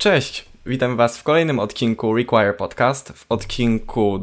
Cześć, witam Was w kolejnym odcinku Require Podcast, w odcinku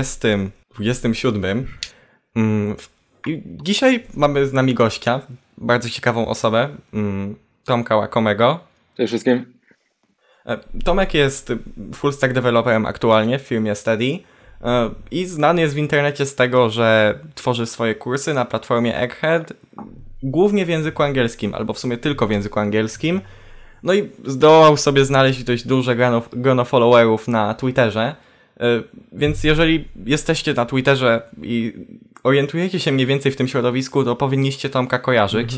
27. I dzisiaj mamy z nami gościa, bardzo ciekawą osobę, Tomka Łakomego. Cześć wszystkim. Tomek jest full stack developerem aktualnie w firmie Steady i znany jest w internecie z tego, że tworzy swoje kursy na platformie Egghead, głównie w języku angielskim, albo w sumie tylko w języku angielskim. No i zdołał sobie znaleźć dość duże grono followerów na Twitterze, więc jeżeli jesteście na Twitterze i orientujecie się mniej więcej w tym środowisku, to powinniście Tomka kojarzyć.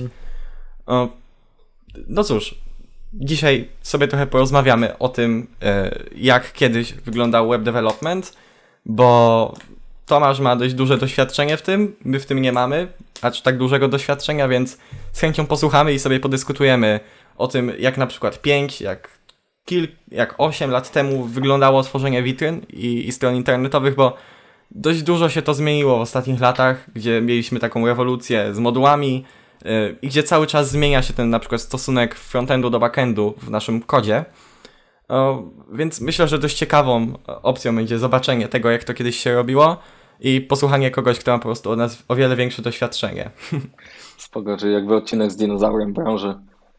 No cóż, dzisiaj sobie trochę porozmawiamy o tym, jak kiedyś wyglądał web development, bo Tomasz ma dość duże doświadczenie w tym, my w tym nie mamy aż tak dużego doświadczenia, więc z chęcią posłuchamy i sobie podyskutujemy o tym, jak na przykład 5, jak 8 lat temu wyglądało tworzenie witryn i stron internetowych, bo dość dużo się to zmieniło w ostatnich latach, gdzie mieliśmy taką rewolucję z modułami i gdzie cały czas zmienia się ten na przykład stosunek frontendu do backendu w naszym kodzie. Więc myślę, że dość ciekawą opcją będzie zobaczenie tego, jak to kiedyś się robiło i posłuchanie kogoś, kto ma po prostu od nas o wiele większe doświadczenie. Spoko, czyli jakby odcinek z dinozaurem branży.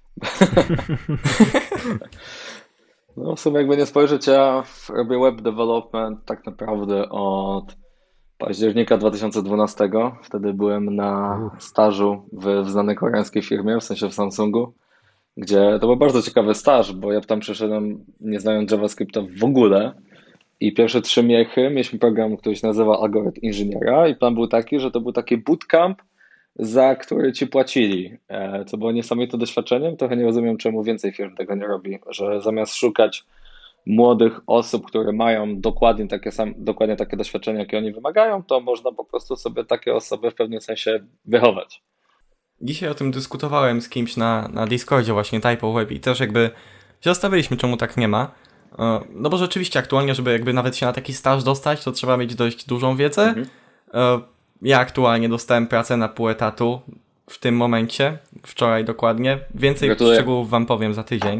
No w sumie jakby nie spojrzeć, ja robię web development tak naprawdę od października 2012. Wtedy byłem na stażu w znanej koreańskiej firmie, w sensie w Samsungu, gdzie to był bardzo ciekawy staż, bo ja tam przyszedłem nie znając JavaScripta w ogóle i pierwsze 3 miechy mieliśmy program, który się nazywa Algorytm Inżyniera i plan był taki, że to był taki bootcamp, za który ci płacili, co było niesamowite doświadczeniem. Trochę nie rozumiem, czemu więcej firm tego nie robi, że zamiast szukać młodych osób, które mają dokładnie takie doświadczenia, jakie oni wymagają, to można po prostu sobie takie osoby w pewnym sensie wychować. Dzisiaj o tym dyskutowałem z kimś na Discordzie właśnie TypoWeb i też jakby się zastanawialiśmy, czemu tak nie ma. No bo rzeczywiście aktualnie, żeby jakby nawet się na taki staż dostać, to trzeba mieć dość dużą wiedzę. Ja aktualnie dostałem pracę na pół etatu w tym momencie, wczoraj dokładnie. Więcej szczegółów wam powiem za tydzień.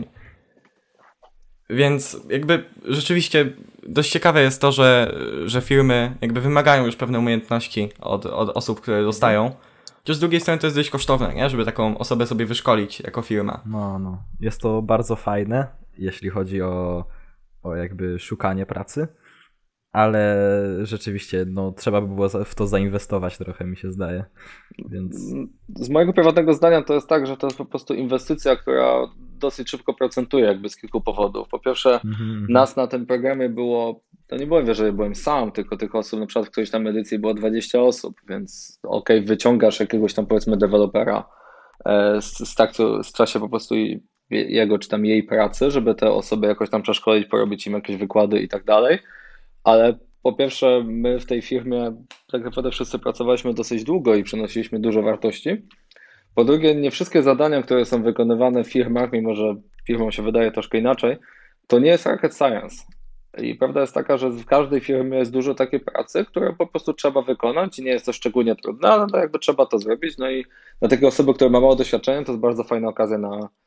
Więc jakby rzeczywiście dość ciekawe jest to, że firmy jakby wymagają już pewne umiejętności od osób, które dostają. Chociaż z drugiej strony to jest dość kosztowne, nie? Żeby taką osobę sobie wyszkolić jako firma. No. Jest to bardzo fajne, jeśli chodzi o jakby szukanie pracy. Ale rzeczywiście, trzeba by było w to zainwestować trochę, mi się zdaje. Więc... Z mojego prywatnego zdania to jest tak, że to jest po prostu inwestycja, która dosyć szybko procentuje jakby z kilku powodów. Po pierwsze, nas na tym programie było, to nie byłem, że byłem sam, tylko tych osób, na przykład w którejś tam edycji było 20 osób, więc wyciągasz jakiegoś tam powiedzmy dewelopera z czasie po prostu jego czy tam jej pracy, żeby te osoby jakoś tam przeszkolić, porobić im jakieś wykłady i tak dalej. Ale po pierwsze, my w tej firmie tak naprawdę wszyscy pracowaliśmy dosyć długo i przynosiliśmy dużo wartości. Po drugie, nie wszystkie zadania, które są wykonywane w firmach, mimo że firmom się wydaje troszkę inaczej, to nie jest rocket science. I prawda jest taka, że w każdej firmie jest dużo takiej pracy, którą po prostu trzeba wykonać i nie jest to szczególnie trudne, ale to jakby trzeba to zrobić. No i dla takiej osoby, która ma mało doświadczenia, to jest bardzo fajna okazja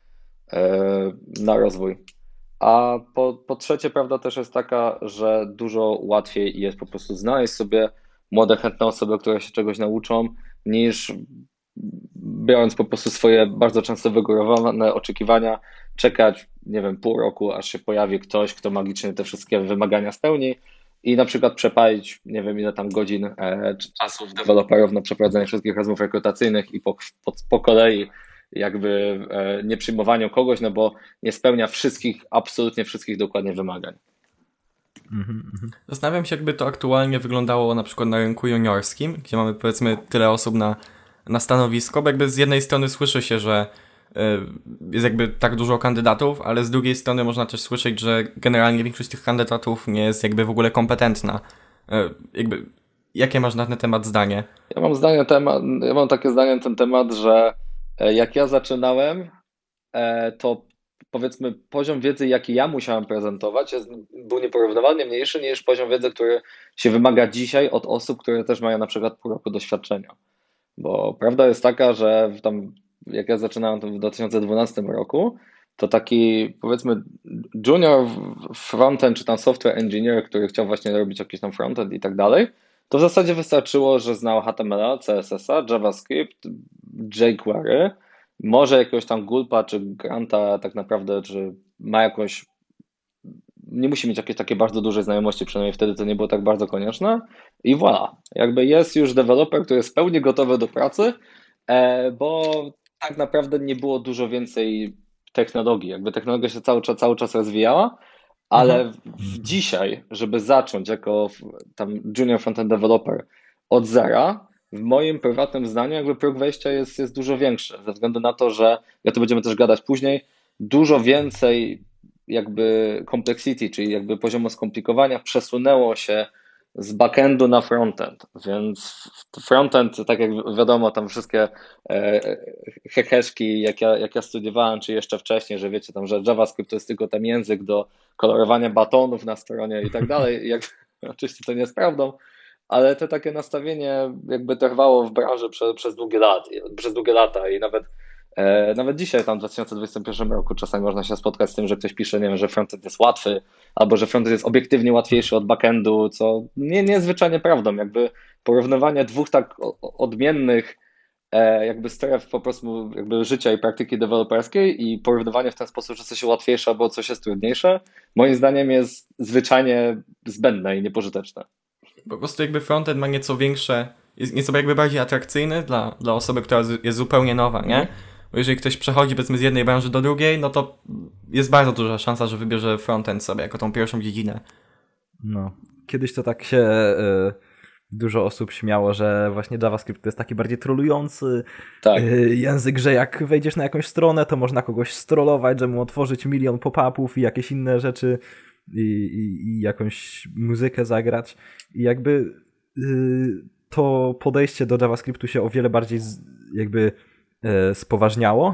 na rozwój. A po trzecie, prawda też jest taka, że dużo łatwiej jest po prostu znaleźć sobie młode, chętne osoby, które się czegoś nauczą, niż biorąc po prostu swoje bardzo często wygórowane oczekiwania, czekać, nie wiem, pół roku, aż się pojawi ktoś, kto magicznie te wszystkie wymagania spełni i na przykład przepalić, nie wiem ile tam godzin czasów deweloperów na przeprowadzenie wszystkich rozmów rekrutacyjnych i po kolei jakby nie przyjmowaniu kogoś, no bo nie spełnia absolutnie wszystkich dokładnie wymagań. Zastanawiam się, jakby to aktualnie wyglądało na przykład na rynku juniorskim, gdzie mamy powiedzmy tyle osób na stanowisko, bo jakby z jednej strony słyszy się, że jest jakby tak dużo kandydatów, ale z drugiej strony można też słyszeć, że generalnie większość tych kandydatów nie jest jakby w ogóle kompetentna. Jakby, jakie masz na ten temat zdanie? Ja mam takie zdanie na ten temat, że jak ja zaczynałem, to powiedzmy poziom wiedzy, jaki ja musiałem prezentować, był nieporównywalnie mniejszy niż poziom wiedzy, który się wymaga dzisiaj od osób, które też mają na przykład pół roku doświadczenia. Bo prawda jest taka, że jak ja zaczynałem to w 2012 roku, to taki, powiedzmy, junior frontend czy tam software engineer, który chciał właśnie robić jakiś tam frontend i tak dalej, to w zasadzie wystarczyło, że znał HTML-a, CSS-a, JavaScript, jQuery, może jakiegoś tam Gulpa czy Granta tak naprawdę, czy ma jakąś, nie musi mieć jakiejś takiej bardzo dużej znajomości, przynajmniej wtedy to nie było tak bardzo konieczne i voilà, jakby jest już deweloper, który jest w pełni gotowy do pracy, bo tak naprawdę nie było dużo więcej technologii, jakby technologia się cały czas rozwijała, ale dzisiaj, żeby zacząć jako tam junior frontend developer od zera, w moim prywatnym zdaniu jakby próg wejścia jest dużo większy, ze względu na to, że, ja to będziemy też gadać później, dużo więcej jakby complexity, czyli jakby poziomu skomplikowania przesunęło się z backendu na frontend, więc frontend, tak jak wiadomo, tam wszystkie heheszki, jak ja studiowałem, czy jeszcze wcześniej, że wiecie tam, że JavaScript to jest tylko ten język do kolorowania batonów na stronie i tak dalej, oczywiście to nie jest prawdą, ale to takie nastawienie jakby trwało w branży przez długie lata i nawet dzisiaj, tam w 2021 roku czasami można się spotkać z tym, że ktoś pisze, nie wiem, że frontend jest łatwy, albo że frontend jest obiektywnie łatwiejszy od backendu, co nie jest zwyczajnie prawdą. Jakby porównywanie dwóch tak odmiennych jakby stref po prostu jakby życia i praktyki deweloperskiej i porównywanie w ten sposób, że coś jest łatwiejsze albo coś jest trudniejsze, moim zdaniem jest zwyczajnie zbędne i niepożyteczne. Po prostu jakby frontend ma nieco większe, jest nieco jakby bardziej atrakcyjny dla osoby, która jest zupełnie nowa, nie? Bo jeżeli ktoś przechodzi powiedzmy z jednej branży do drugiej, no to jest bardzo duża szansa, że wybierze frontend sobie jako tą pierwszą dziedzinę. No, kiedyś to tak się dużo osób śmiało, że właśnie JavaScript to jest taki bardziej trollujący język, że jak wejdziesz na jakąś stronę, to można kogoś strollować, że mu otworzyć milion pop-upów i jakieś inne rzeczy i jakąś muzykę zagrać. I jakby to podejście do JavaScriptu się o wiele bardziej jakby spoważniało.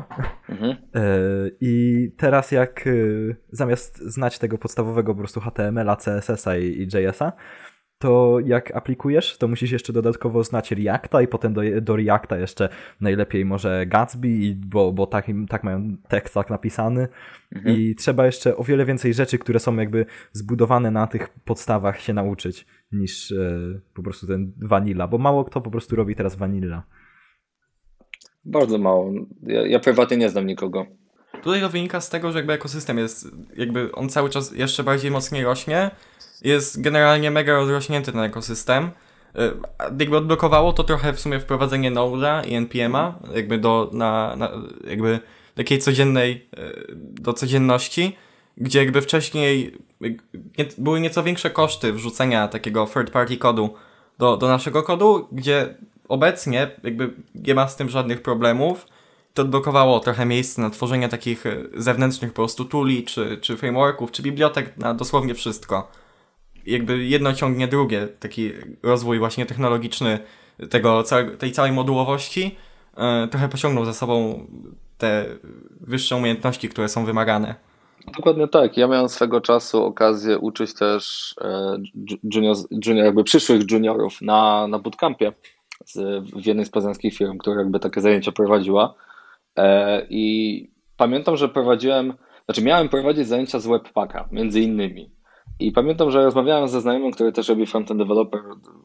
I teraz jak zamiast znać tego podstawowego po prostu HTML-a, CSS-a i JS-a, to jak aplikujesz, to musisz jeszcze dodatkowo znać Reacta i potem do Reacta jeszcze najlepiej może Gatsby, bo tak mają tekst tak napisany i trzeba jeszcze o wiele więcej rzeczy, które są jakby zbudowane na tych podstawach się nauczyć niż po prostu ten Vanilla, bo mało kto po prostu robi teraz Vanilla. Bardzo mało. Ja prywatnie nie znam nikogo. Tutaj to wynika z tego, że jakby ekosystem jest, jakby on cały czas jeszcze bardziej mocniej rośnie. Jest generalnie mega rozrośnięty ten ekosystem. Jakby odblokowało to trochę w sumie wprowadzenie Node'a i NPM'a jakby jakby takiej do codzienności, gdzie jakby wcześniej były nieco większe koszty wrzucenia takiego third party kodu do naszego kodu, gdzie obecnie jakby nie ma z tym żadnych problemów. To odblokowało trochę miejsce na tworzenie takich zewnętrznych po prostu tooli, czy frameworków, czy bibliotek na dosłownie wszystko. Jakby jedno ciągnie drugie, taki rozwój właśnie technologiczny tej całej modułowości trochę pociągnął za sobą te wyższe umiejętności, które są wymagane. Dokładnie tak. Ja miałem swego czasu okazję uczyć też jakby przyszłych juniorów na bootcampie w jednej z poznańskich firm, która jakby takie zajęcia prowadziła. I pamiętam, że miałem prowadzić zajęcia z Webpacka, między innymi. I pamiętam, że rozmawiałem ze znajomym, który też robi frontend developer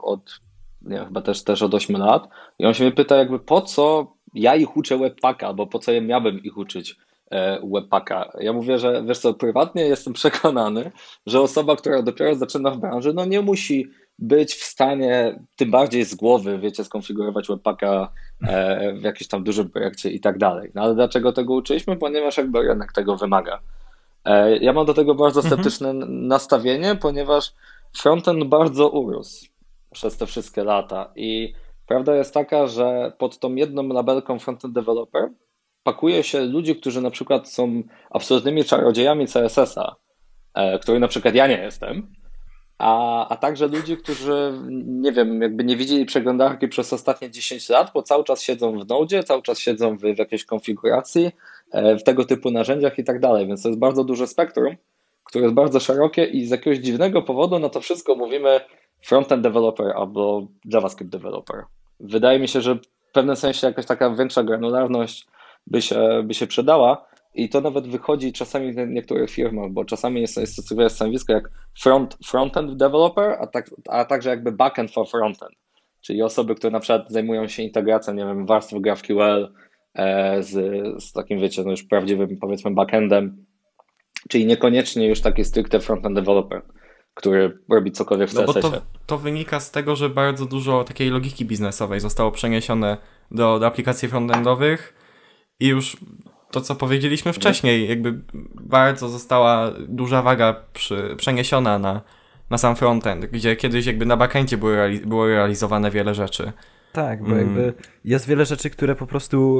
chyba też od 8 lat. I on się mnie pyta jakby po co ja ich uczę Webpacka, albo po co ja miałbym ich uczyć Webpacka. Ja mówię, że wiesz co, prywatnie jestem przekonany, że osoba, która dopiero zaczyna w branży, no nie musi być w stanie, tym bardziej z głowy, wiecie, skonfigurować Webpacka w jakimś tam dużym projekcie i tak dalej. No ale dlaczego tego uczyliśmy? Ponieważ jakby rynek tego wymaga. Ja mam do tego bardzo sceptyczne nastawienie, ponieważ frontend bardzo urósł przez te wszystkie lata i prawda jest taka, że pod tą jedną labelką frontend developer pakuje się ludzi, którzy na przykład są absolutnymi czarodziejami CSS-a, który na przykład ja nie jestem, a także ludzi, którzy nie wiem, jakby nie widzieli przeglądarki przez ostatnie 10 lat, bo cały czas siedzą w Node, cały czas siedzą w jakiejś konfiguracji, w tego typu narzędziach i tak dalej, więc to jest bardzo duże spektrum, które jest bardzo szerokie i z jakiegoś dziwnego powodu na to wszystko mówimy frontend developer albo JavaScript developer. Wydaje mi się, że w pewnym sensie jakaś taka większa granularność by się przydała, i to nawet wychodzi czasami w niektórych firmach, bo czasami jest stanowisko jak frontend developer, a także jakby backend for frontend, czyli osoby, które na przykład zajmują się integracją, nie wiem, warstw GraphQL z takim, wiecie, no już prawdziwym, powiedzmy, backendem, czyli niekoniecznie już taki stricte frontend developer, który robi cokolwiek w CSS-ie. No bo to wynika z tego, że bardzo dużo takiej logiki biznesowej zostało przeniesione do aplikacji frontendowych i już to, co powiedzieliśmy wcześniej, jakby bardzo została duża waga przeniesiona na sam frontend, gdzie kiedyś jakby na backendzie było realizowane wiele rzeczy. Tak, bo jakby jest wiele rzeczy, które po prostu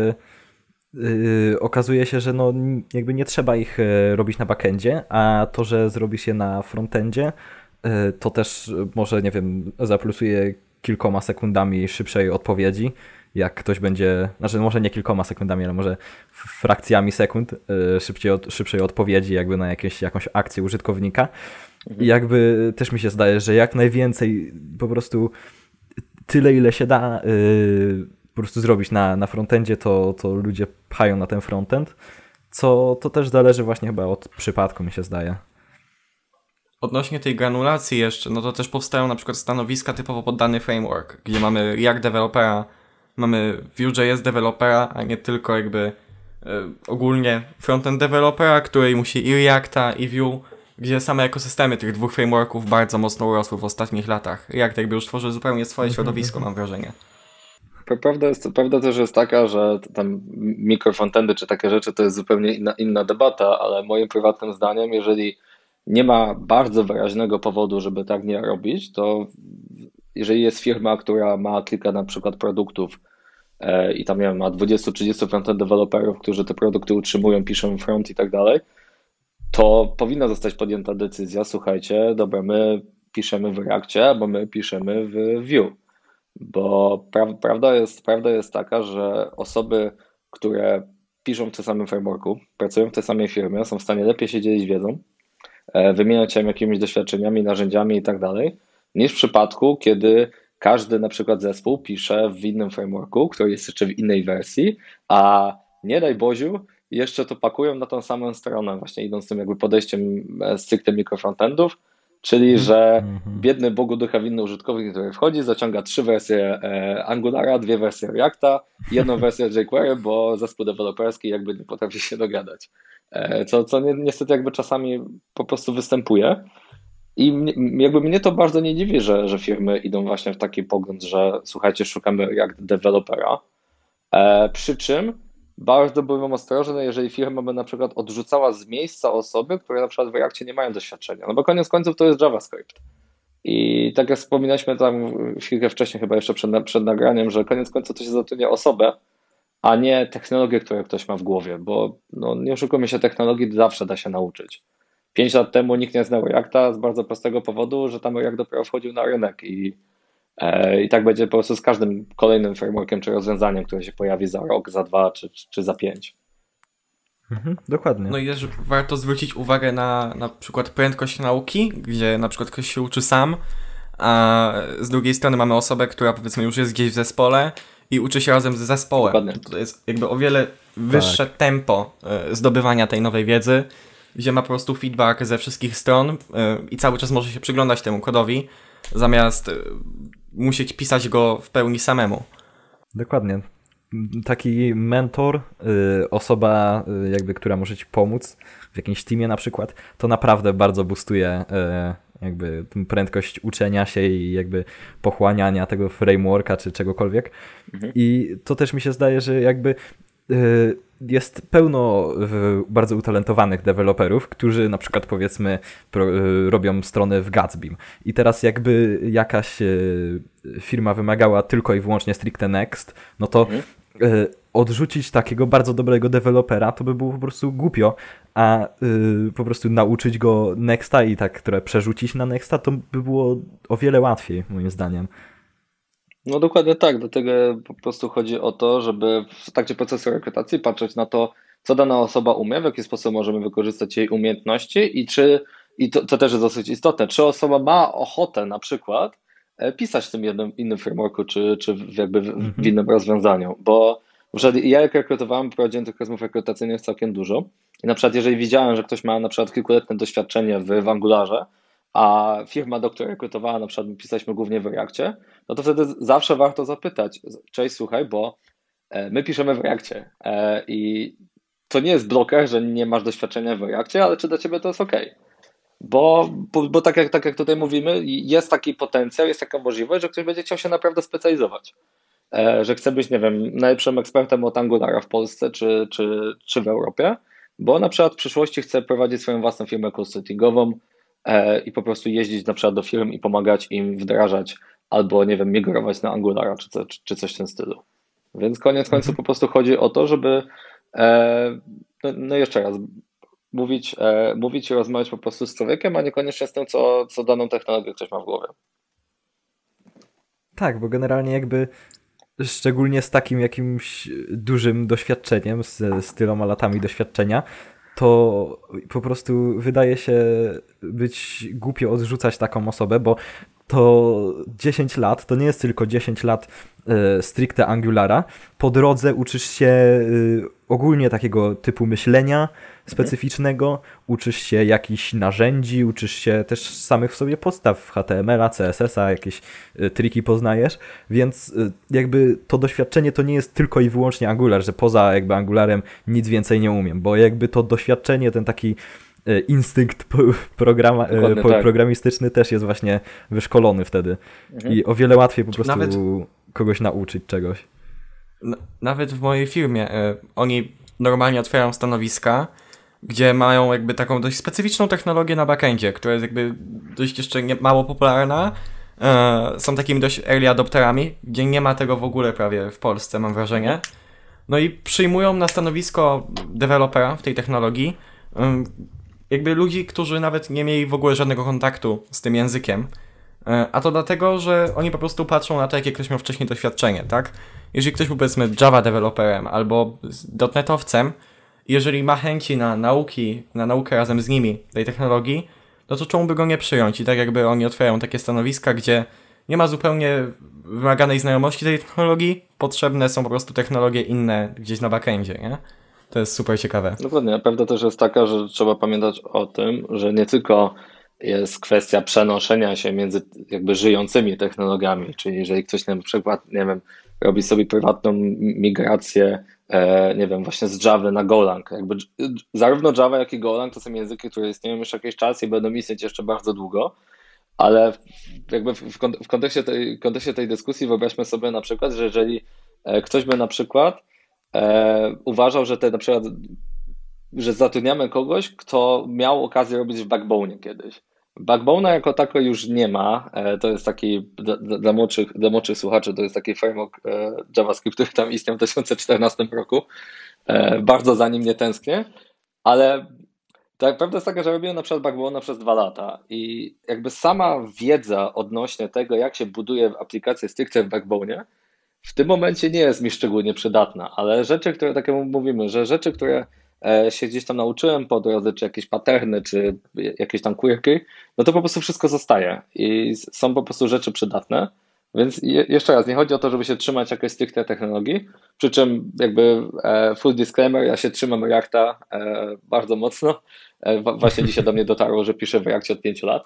okazuje się, że no jakby nie trzeba ich robić na backendzie, a to, że zrobisz je na frontendzie, to też może, nie wiem, zaplusuje kilkoma sekundami szybszej odpowiedzi, jak ktoś będzie, znaczy może nie kilkoma sekundami, ale może frakcjami sekund szybszej odpowiedzi jakby na jakąś akcję użytkownika. I jakby też mi się zdaje, że jak najwięcej po prostu tyle, ile się da po prostu zrobić na frontendzie, to ludzie pchają na ten frontend, co to też zależy właśnie chyba od przypadku, mi się zdaje. Odnośnie tej granulacji jeszcze, no to też powstają na przykład stanowiska typowo pod dany framework, gdzie mamy React dewelopera, mamy Vue.js dewelopera, a nie tylko jakby ogólnie frontend dewelopera, który musi i Reacta, i Vue, gdzie same ekosystemy tych dwóch frameworków bardzo mocno urosły w ostatnich latach. React jakby już tworzy zupełnie swoje środowisko, mam wrażenie. Prawda też jest taka, że tam mikrofrontendy czy takie rzeczy to jest zupełnie inna debata, ale moim prywatnym zdaniem, jeżeli nie ma bardzo wyraźnego powodu, żeby tak nie robić, to jeżeli jest firma, która ma kilka na przykład produktów i tam, nie wiem, ma 20-30 frontend deweloperów, którzy te produkty utrzymują, piszą front i tak dalej, to powinna zostać podjęta decyzja, słuchajcie, dobra, my piszemy w Reactie, albo my piszemy w Vue. Bo prawda jest taka, że osoby, które piszą w tym samym frameworku, pracują w tej samej firmie, są w stanie lepiej się dzielić wiedzą, wymieniać się jakimiś doświadczeniami, narzędziami i tak dalej, niż w przypadku, kiedy każdy na przykład zespół pisze w innym frameworku, który jest jeszcze w innej wersji, a nie daj Boziu, jeszcze to pakują na tą samą stronę, właśnie idąc tym jakby podejściem stricte mikrofrontendów, czyli że biedny Bogu ducha winny użytkownik, który wchodzi, zaciąga 3 wersje Angulara, 2 wersje Reacta, 1 wersję jQuery, bo zespół deweloperski jakby nie potrafi się dogadać. Co niestety jakby czasami po prostu występuje. I jakby mnie to bardzo nie dziwi, że firmy idą właśnie w taki pogląd, że słuchajcie, szukamy React dewelopera. Przy czym bardzo byłem ostrożny, jeżeli firma by na przykład odrzucała z miejsca osoby, które na przykład w Reactie nie mają doświadczenia. No bo koniec końców to jest JavaScript. I tak jak wspominaliśmy tam chwilkę wcześniej, chyba jeszcze przed nagraniem, że koniec końców to się zatrudnia osobę, a nie technologię, którą ktoś ma w głowie, bo no, nie oszukujmy się, technologii zawsze da się nauczyć. 5 lat temu nikt nie znał Reacta z bardzo prostego powodu, że tam React dopiero wchodził na rynek i tak będzie po prostu z każdym kolejnym frameworkiem czy rozwiązaniem, które się pojawi za rok, za 2 czy za 5. Dokładnie. No i też warto zwrócić uwagę na przykład prędkość nauki, gdzie na przykład ktoś się uczy sam, a z drugiej strony mamy osobę, która powiedzmy już jest gdzieś w zespole i uczy się razem z zespołem. Dokładnie. To jest jakby o wiele wyższe tempo zdobywania tej nowej wiedzy, gdzie ma po prostu feedback ze wszystkich stron i cały czas może się przyglądać temu kodowi, zamiast musieć pisać go w pełni samemu. Dokładnie. Taki mentor, osoba jakby, która może ci pomóc w jakimś teamie na przykład, to naprawdę bardzo boostuje jakby prędkość uczenia się i jakby pochłaniania tego frameworka czy czegokolwiek. I to też mi się zdaje, że jakby jest pełno bardzo utalentowanych deweloperów, którzy na przykład powiedzmy robią strony w Gatsbym. I teraz jakby jakaś firma wymagała tylko i wyłącznie stricte Next, no to odrzucić takiego bardzo dobrego dewelopera to by było po prostu głupio, a po prostu nauczyć go Nexta i tak przerzucić na Nexta to by było o wiele łatwiej moim zdaniem. No dokładnie tak, dlatego po prostu chodzi o to, żeby w trakcie procesu rekrutacji patrzeć na to, co dana osoba umie, w jaki sposób możemy wykorzystać jej umiejętności i to też jest dosyć istotne, czy osoba ma ochotę na przykład pisać w tym jednym innym frameworku, czy jakby w innym rozwiązaniu, bo Ja jak rekrutowałem, prowadziłem tych rozmów rekrutacyjnych całkiem dużo i na przykład jeżeli widziałem, że ktoś ma na przykład kilkuletnie doświadczenie w Angularze, a firma, do której rekrutowała, na przykład pisaliśmy głównie w Reakcie, no to wtedy zawsze warto zapytać, cześć, słuchaj, bo my piszemy w Reakcie i to nie jest bloker, że nie masz doświadczenia w Reakcie, ale czy dla ciebie to jest OK? Bo tak jak tutaj mówimy, jest taki potencjał, jest taka możliwość, że ktoś będzie chciał się naprawdę specjalizować. Że chce być, nie wiem, najlepszym ekspertem od Angulara w Polsce czy w Europie, bo na przykład w przyszłości chce prowadzić swoją własną firmę consultingową i po prostu jeździć na przykład do firm i pomagać im wdrażać albo, nie wiem, migrować na Angulara czy coś w tym stylu. Więc koniec końców po prostu chodzi o to, żeby no jeszcze raz mówić i rozmawiać po prostu z człowiekiem, a niekoniecznie z tym, co daną technologię ktoś ma w głowie. Tak, bo generalnie jakby szczególnie z takim jakimś dużym doświadczeniem, z tyloma latami doświadczenia, to po prostu wydaje się być głupio odrzucać taką osobę, bo to 10 lat, to nie jest tylko 10 lat stricte Angulara. Po drodze uczysz się ogólnie takiego typu myślenia specyficznego, uczysz się jakichś narzędzi, uczysz się też samych w sobie podstaw HTML-a, CSS-a, jakieś triki poznajesz, więc jakby to doświadczenie to nie jest tylko i wyłącznie Angular, że poza jakby Angularem nic więcej nie umiem, bo jakby to doświadczenie, ten taki instynkt programistyczny też jest właśnie wyszkolony wtedy i o wiele łatwiej po prostu kogoś nauczyć czegoś. Nawet w mojej firmie oni normalnie otwierają stanowiska, gdzie mają jakby taką dość specyficzną technologię na backendzie, która jest jakby dość jeszcze mało popularna. Są takimi dość early adopterami, gdzie nie ma tego w ogóle prawie w Polsce, mam wrażenie. No i przyjmują na stanowisko dewelopera w tej technologii jakby ludzi, którzy nawet nie mieli w ogóle żadnego kontaktu z tym językiem. A to dlatego, że oni po prostu patrzą na to, jakie ktoś miał wcześniej doświadczenie, tak? Jeżeli ktoś był, powiedzmy, Java deweloperem albo .NET-owcem, jeżeli ma chęci na naukę razem z nimi tej technologii, no to czemu by go nie przyjąć? I tak jakby oni otwierają takie stanowiska, gdzie nie ma zupełnie wymaganej znajomości tej technologii, potrzebne są po prostu technologie inne gdzieś na backendzie, nie? To jest super ciekawe. Dokładnie. Prawda też jest taka, że trzeba pamiętać o tym, że nie tylko jest kwestia przenoszenia się między jakby żyjącymi technologiami, czyli jeżeli ktoś na przykład, nie wiem, robi sobie prywatną migrację, nie wiem, właśnie z Java na Golang. Jakby zarówno Java, jak i Golang to są języki, które istnieją już jakiś czas i będą istnieć jeszcze bardzo długo, ale jakby w kontekście tej dyskusji wyobraźmy sobie na przykład, że jeżeli ktoś by na przykład uważał, że na przykład, że zatrudniamy kogoś, kto miał okazję robić w Backbone kiedyś. Backbone'a jako tako już nie ma. To jest taki, dla młodszych słuchaczy, to jest taki framework JavaScript, który tam istniał w 2014 roku. Bardzo za nim nie tęsknię, ale tak, prawda jest taka, że robiłem na przykład Backbone'a przez 2 lata i jakby sama wiedza odnośnie tego, jak się buduje aplikację stricte w Backbone'ie, w tym momencie nie jest mi szczególnie przydatna, ale rzeczy, które, tak jak mówimy, że rzeczy, które się gdzieś tam nauczyłem po drodze, czy jakieś patterny, czy jakieś tam quirky, no to po prostu wszystko zostaje i są po prostu rzeczy przydatne, więc jeszcze raz, nie chodzi o to, żeby się trzymać jakiejś stricte technologii, przy czym jakby full disclaimer, ja się trzymam Reacta bardzo mocno, właśnie dzisiaj do mnie dotarło, że piszę w Reactie od 5 lat.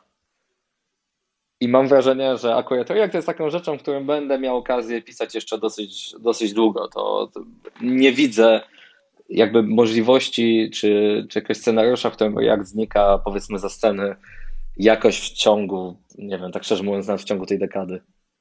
I mam wrażenie, że akurat React jest taką rzeczą, w którym będę miał okazję pisać jeszcze dosyć długo. To nie widzę jakby możliwości czy jakiegoś scenariusza, w którym React znika, powiedzmy, za sceny jakoś w ciągu, nie wiem, tak szczerze mówiąc, nawet w ciągu tej dekady.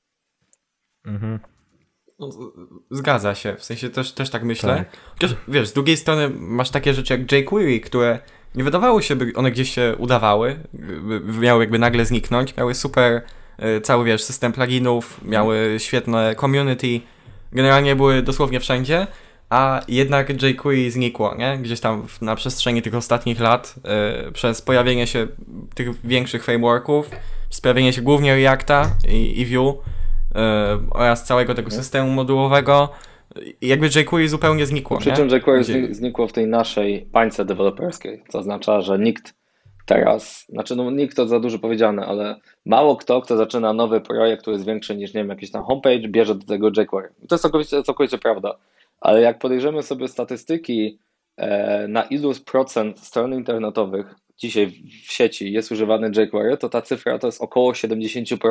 Mhm. No, zgadza się, w sensie też tak myślę. Tak. Chociaż wiesz, z drugiej strony masz takie rzeczy jak jQuery, które nie wydawało się, by one gdzieś się udawały, miały jakby nagle zniknąć, miały super cały, wiesz, system pluginów, miały świetne community, generalnie były dosłownie wszędzie, a jednak jQuery znikło, nie? Gdzieś tam na przestrzeni tych ostatnich lat przez pojawienie się tych większych frameworków, przez pojawienie się głównie Reacta i Vue oraz całego tego systemu modułowego, jakby jQuery zupełnie znikło. Przy czym jQuery znikło w tej naszej bańce deweloperskiej, co oznacza, że nikt teraz, nikt to za dużo powiedziane, ale mało kto zaczyna nowy projekt, który jest większy niż, nie wiem, jakiś tam homepage, bierze do tego jQuery. I to jest całkowicie prawda. Ale jak podejrzymy sobie statystyki, na ilu procent stron internetowych dzisiaj w sieci jest używany jQuery, to ta cyfra to jest około 70%.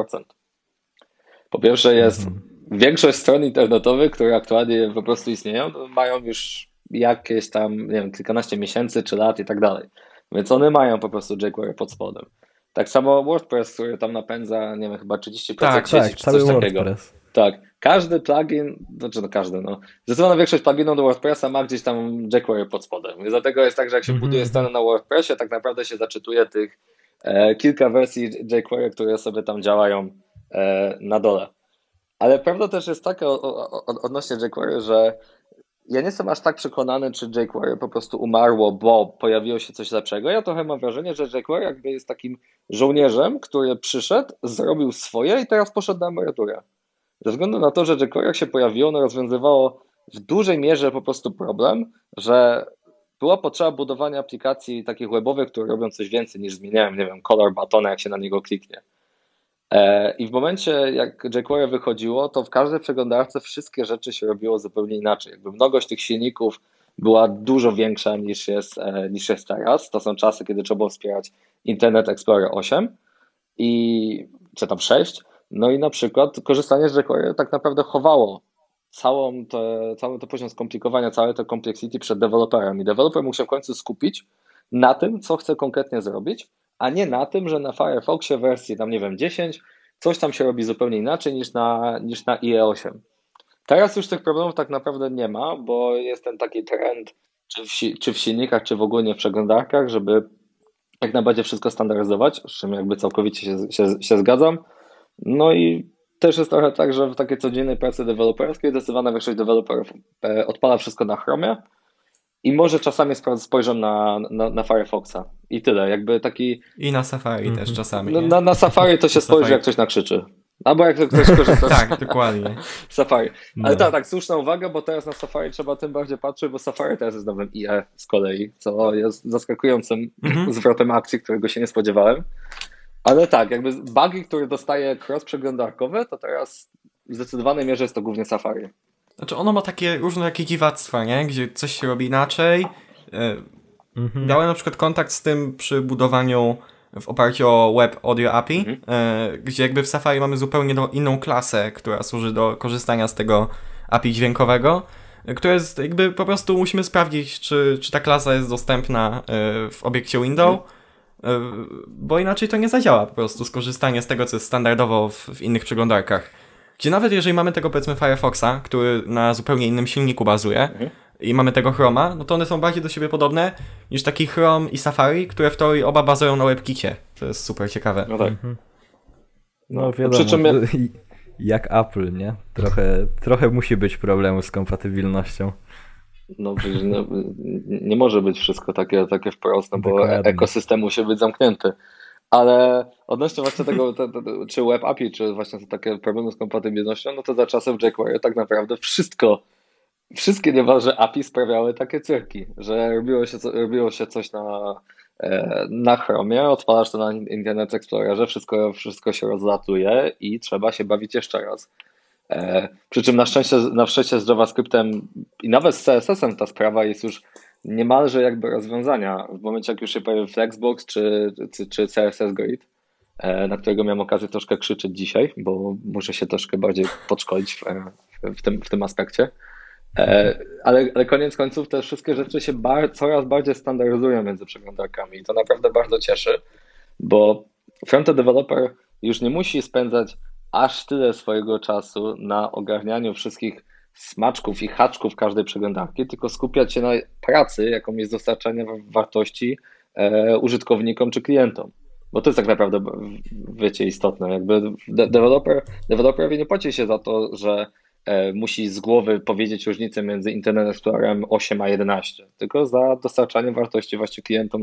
Po pierwsze jest większość stron internetowych, które aktualnie po prostu istnieją, mają już jakieś tam, nie wiem, kilkanaście miesięcy czy lat i tak dalej. Więc one mają po prostu jQuery pod spodem. Tak samo WordPress, który tam napędza, nie wiem, chyba 30% sieci, czy cały coś WordPress. takiego. Tak, każdy plugin, zdecydowana większość pluginów do WordPressa ma gdzieś tam jQuery pod spodem. I dlatego jest tak, że jak się buduje stronę na WordPressie, tak naprawdę się zaczytuje tych kilka wersji jQuery, które sobie tam działają na dole. Ale prawda też jest taka odnośnie jQuery, że ja nie jestem aż tak przekonany, czy jQuery po prostu umarło, bo pojawiło się coś lepszego. Ja trochę mam wrażenie, że jQuery jakby jest takim żołnierzem, który przyszedł, zrobił swoje i teraz poszedł na emeryturę. Ze względu na to, że jQuery jak się pojawiło, ono rozwiązywało w dużej mierze po prostu problem, że była potrzeba budowania aplikacji takich webowych, które robią coś więcej niż zmieniają, nie wiem, kolor batona, jak się na niego kliknie. I w momencie, jak jQuery wychodziło, to w każdej przeglądarce wszystkie rzeczy się robiło zupełnie inaczej. Jakby mnogość tych silników była dużo większa niż jest teraz. To są czasy, kiedy trzeba było wspierać Internet Explorer 8 czy tam 6. No i na przykład korzystanie z jQuery tak naprawdę chowało cały to poziom skomplikowania, całe to complexity przed deweloperem. I deweloper mógł się w końcu skupić na tym, co chce konkretnie zrobić, a nie na tym, że na Firefoxie wersji tam, nie wiem, 10 coś tam się robi zupełnie inaczej niż na IE8. Teraz już tych problemów tak naprawdę nie ma, bo jest ten taki trend, czy w silnikach, czy w ogóle w przeglądarkach, żeby jak najbardziej wszystko standaryzować, z czym jakby całkowicie się zgadzam. No i też jest trochę tak, że w takiej codziennej pracy deweloperskiej zdecydowana większość deweloperów odpala wszystko na Chromie i może czasami spojrzą na Firefoxa i tyle, jakby taki... I na Safari też czasami. Na Safari to się spojrzy, jak ktoś nakrzyczy. Albo jak ktoś korzysta. Tak, dokładnie. Safari. Ale tak, słuszna uwaga, bo teraz na Safari trzeba tym bardziej patrzeć, bo Safari teraz jest nowym IE z kolei, co jest zaskakującym zwrotem akcji, którego się nie spodziewałem. Ale tak, jakby bugi, które dostaje cross przeglądarkowe, to teraz w zdecydowanej mierze jest to głównie Safari. Znaczy ono ma takie różne jakieś dziwactwa, nie? Gdzie coś się robi inaczej. Miałem na przykład kontakt z tym przy budowaniu w oparciu o Web Audio API, gdzie jakby w Safari mamy zupełnie inną klasę, która służy do korzystania z tego API dźwiękowego, która jest jakby po prostu musimy sprawdzić, czy ta klasa jest dostępna w obiekcie Windows, bo inaczej to nie zadziała po prostu skorzystanie z tego, co jest standardowo w innych przeglądarkach. Gdzie nawet jeżeli mamy tego, powiedzmy, Firefoxa, który na zupełnie innym silniku bazuje i mamy tego Chroma, no to one są bardziej do siebie podobne niż taki Chrome i Safari, które w teorii oba bazują na WebKicie. To jest super ciekawe. No tak. No wiadomo, jak Apple, nie? Trochę musi być problemu z kompatybilnością. No przecież nie może być wszystko takie wprost, no bo ekosystem musi być zamknięty. Ale odnośnie właśnie tego, czy Web API, czy właśnie takie problemy z kompatybilnością, no to za czasów jQuery tak naprawdę wszystkie nieważne API sprawiały takie cyrki, że robiło się coś na Chromie, odpalasz to na Internet Explorerze, wszystko się rozlatuje i trzeba się bawić jeszcze raz. Przy czym na szczęście z JavaScriptem i nawet z CSS-em ta sprawa jest już niemalże jakby rozwiązania. W momencie, jak już się pojawi Flexbox czy CSS Grid, na którego miałem okazję troszkę krzyczeć dzisiaj, bo muszę się troszkę bardziej podszkolić w tym aspekcie. Ale koniec końców te wszystkie rzeczy się coraz bardziej standaryzują między przeglądarkami i to naprawdę bardzo cieszy, bo frontend developer już nie musi spędzać aż tyle swojego czasu na ogarnianiu wszystkich smaczków i haczków każdej przeglądarki, tylko skupiać się na pracy, jaką jest dostarczanie wartości użytkownikom czy klientom. Bo to jest tak naprawdę, wiecie, istotne. Jakby deweloperowi nie płaci się za to, że musi z głowy powiedzieć różnicę między Internet Explorerem 8 a 11, tylko za dostarczanie wartości właśnie klientom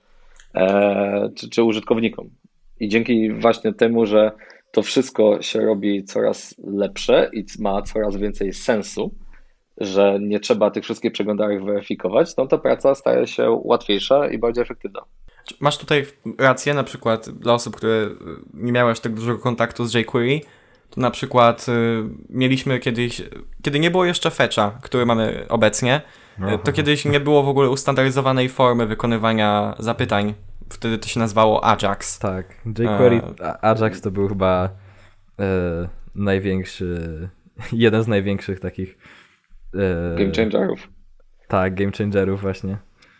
czy użytkownikom. I dzięki właśnie temu, że to wszystko się robi coraz lepsze i ma coraz więcej sensu, że nie trzeba tych wszystkich przeglądarek weryfikować, no to praca staje się łatwiejsza i bardziej efektywna. Masz tutaj rację, na przykład dla osób, które nie miały aż tak dużego kontaktu z jQuery, Na przykład mieliśmy kiedyś, kiedy nie było jeszcze fetcha, który mamy obecnie, to kiedyś nie było w ogóle ustandaryzowanej formy wykonywania zapytań. Wtedy to się nazywało Ajax. Tak, jQuery Ajax to był chyba największy, jeden z największych takich game changerów. Tak, game changerów właśnie.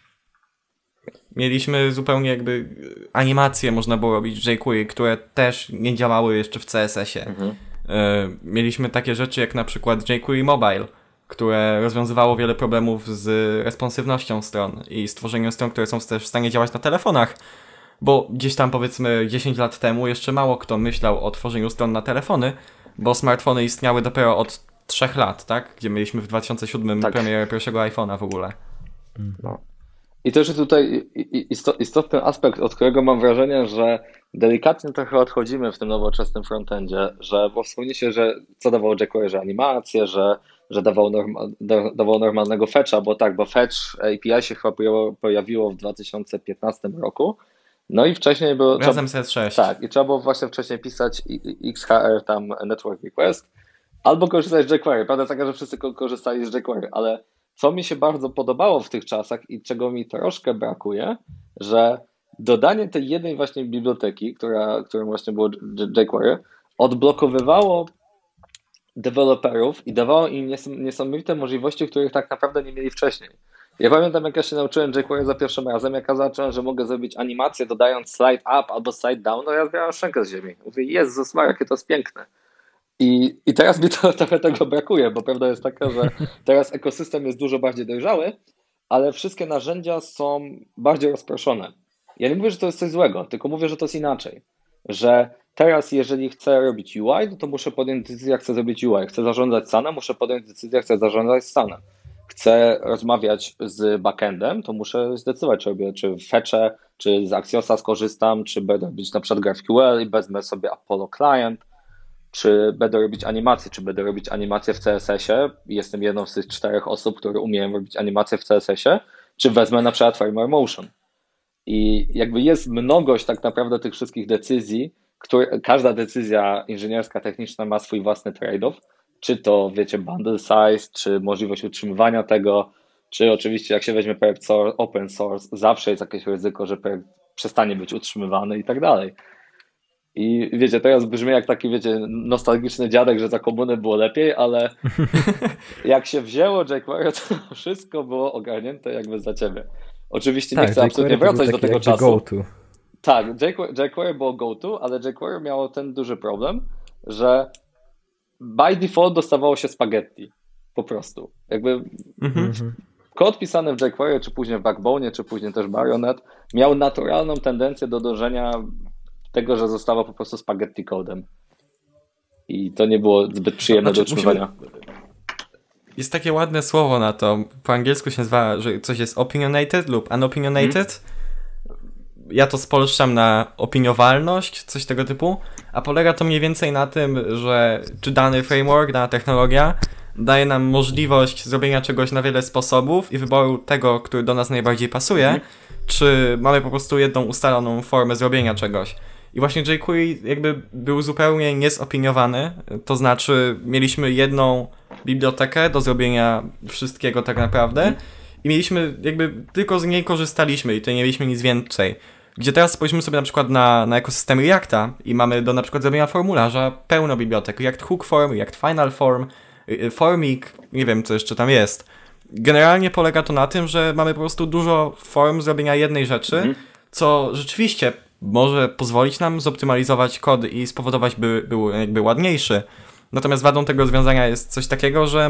Mieliśmy zupełnie jakby animacje można było robić w jQuery, które też nie działały jeszcze w CSS-ie. Mieliśmy takie rzeczy jak na przykład jQuery Mobile, które rozwiązywało wiele problemów z responsywnością stron i stworzeniem stron, które są też w stanie działać na telefonach. Bo gdzieś tam powiedzmy 10 lat temu jeszcze mało kto myślał o tworzeniu stron na telefony, bo smartfony istniały dopiero od 3 lat, tak? Gdzie mieliśmy w 2007 premierę pierwszego iPhone'a w ogóle. No. I też jest tutaj istotny aspekt, od którego mam wrażenie, że delikatnie trochę odchodzimy w tym nowoczesnym frontendzie, bo wspomnieliście, że co dawało jQuery, że animacje, że dawało normalnego fetcha, bo fetch API się chyba pojawiło w 2015 roku. No i wcześniej było... Razem z S6. Tak, i trzeba było właśnie wcześniej pisać XHR tam Network Request, albo korzystać z jQuery. Prawda jest taka, że wszyscy korzystali z jQuery, ale co mi się bardzo podobało w tych czasach i czego mi troszkę brakuje, że dodanie tej jednej właśnie biblioteki, którą właśnie było jQuery, odblokowywało deweloperów i dawało im niesamowite możliwości, których tak naprawdę nie mieli wcześniej. Ja pamiętam, jak ja się nauczyłem jQuery za pierwszym razem, jak ja zacząłem, że mogę zrobić animację dodając slide up albo slide down, no ja zbierałem szczękę z ziemi. Mówię, Jezus Maria, jakie to jest piękne. I teraz mi trochę tego brakuje, bo prawda jest taka, że teraz ekosystem jest dużo bardziej dojrzały, ale wszystkie narzędzia są bardziej rozproszone. Ja nie mówię, że to jest coś złego, tylko mówię, że to jest inaczej. Że teraz jeżeli chcę robić UI, no to muszę podjąć decyzję, jak chcę zrobić UI. Chcę zarządzać stanem, muszę podjąć decyzję, jak chcę zarządzać stanem. Chcę rozmawiać z backendem, to muszę zdecydować, czy fetche, czy z Axiosa skorzystam, czy będę robić na przykład GraphQL i wezmę sobie Apollo Client, czy będę robić animacje, czy będę robić animacje w CSS-ie. Jestem jedną z tych 4 osób, które umieją robić animacje w CSS-ie, czy wezmę na przykład Framework Motion. I jakby jest mnogość tak naprawdę tych wszystkich decyzji, każda decyzja inżynierska, techniczna ma swój własny trade-off, czy to wiecie bundle size, czy możliwość utrzymywania tego, czy oczywiście jak się weźmie projekt open source, zawsze jest jakieś ryzyko, że projekt przestanie być utrzymywany i tak dalej. I wiecie, teraz brzmi jak taki, wiecie, nostalgiczny dziadek, że za komuny było lepiej, ale jak się wzięło jQuery, to wszystko było ogarnięte jakby za ciebie. Oczywiście nie chcę absolutnie wracać do tego czasu. Go-to. Tak, jQuery było go-to, ale jQuery miało ten duży problem, że by default dostawało się spaghetti. Po prostu. Jakby kod pisany w jQuery, czy później w Backbone, czy później też Baronet, miał naturalną tendencję do dążenia tego, że zostało po prostu spaghetti codem. I to nie było zbyt przyjemne do utrzymywania. Jest takie ładne słowo na to. Po angielsku się nazywa, że coś jest opinionated lub unopinionated. Ja to spolszczam na opiniowalność, coś tego typu. A polega to mniej więcej na tym, że czy dany framework, dana technologia daje nam możliwość zrobienia czegoś na wiele sposobów i wyboru tego, który do nas najbardziej pasuje, czy mamy po prostu jedną ustaloną formę zrobienia czegoś. I właśnie jQuery jakby był zupełnie niezopiniowany, to znaczy mieliśmy jedną bibliotekę do zrobienia wszystkiego tak naprawdę i mieliśmy jakby tylko z niej korzystaliśmy i to nie mieliśmy nic więcej. Gdzie teraz spojrzymy sobie na przykład na ekosystem Reacta i mamy do na przykład zrobienia formularza pełno bibliotek, React Hook Form, React Final Form, Formic, nie wiem co jeszcze tam jest. Generalnie polega to na tym, że mamy po prostu dużo form zrobienia jednej rzeczy, co rzeczywiście może pozwolić nam zoptymalizować kod i spowodować, by był jakby ładniejszy. Natomiast wadą tego rozwiązania jest coś takiego, że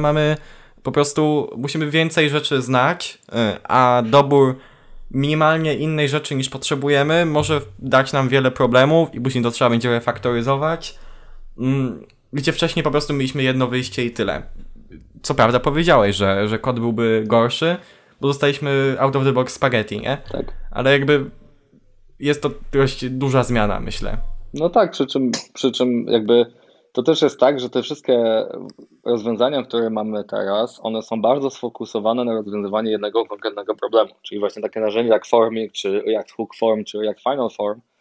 musimy więcej rzeczy znać, a dobór minimalnie innej rzeczy niż potrzebujemy może dać nam wiele problemów i później to trzeba będzie refaktoryzować, gdzie wcześniej po prostu mieliśmy jedno wyjście i tyle. Co prawda powiedziałeś, że kod byłby gorszy, bo dostaliśmy out of the box spaghetti, nie? Tak. Ale jakby jest to dość duża zmiana, myślę. No tak, przy czym jakby to też jest tak, że te wszystkie rozwiązania, które mamy teraz, one są bardzo sfokusowane na rozwiązywanie jednego konkretnego problemu. Czyli właśnie takie narzędzia jak Formic, czy React Hook Form, czy React Final Form,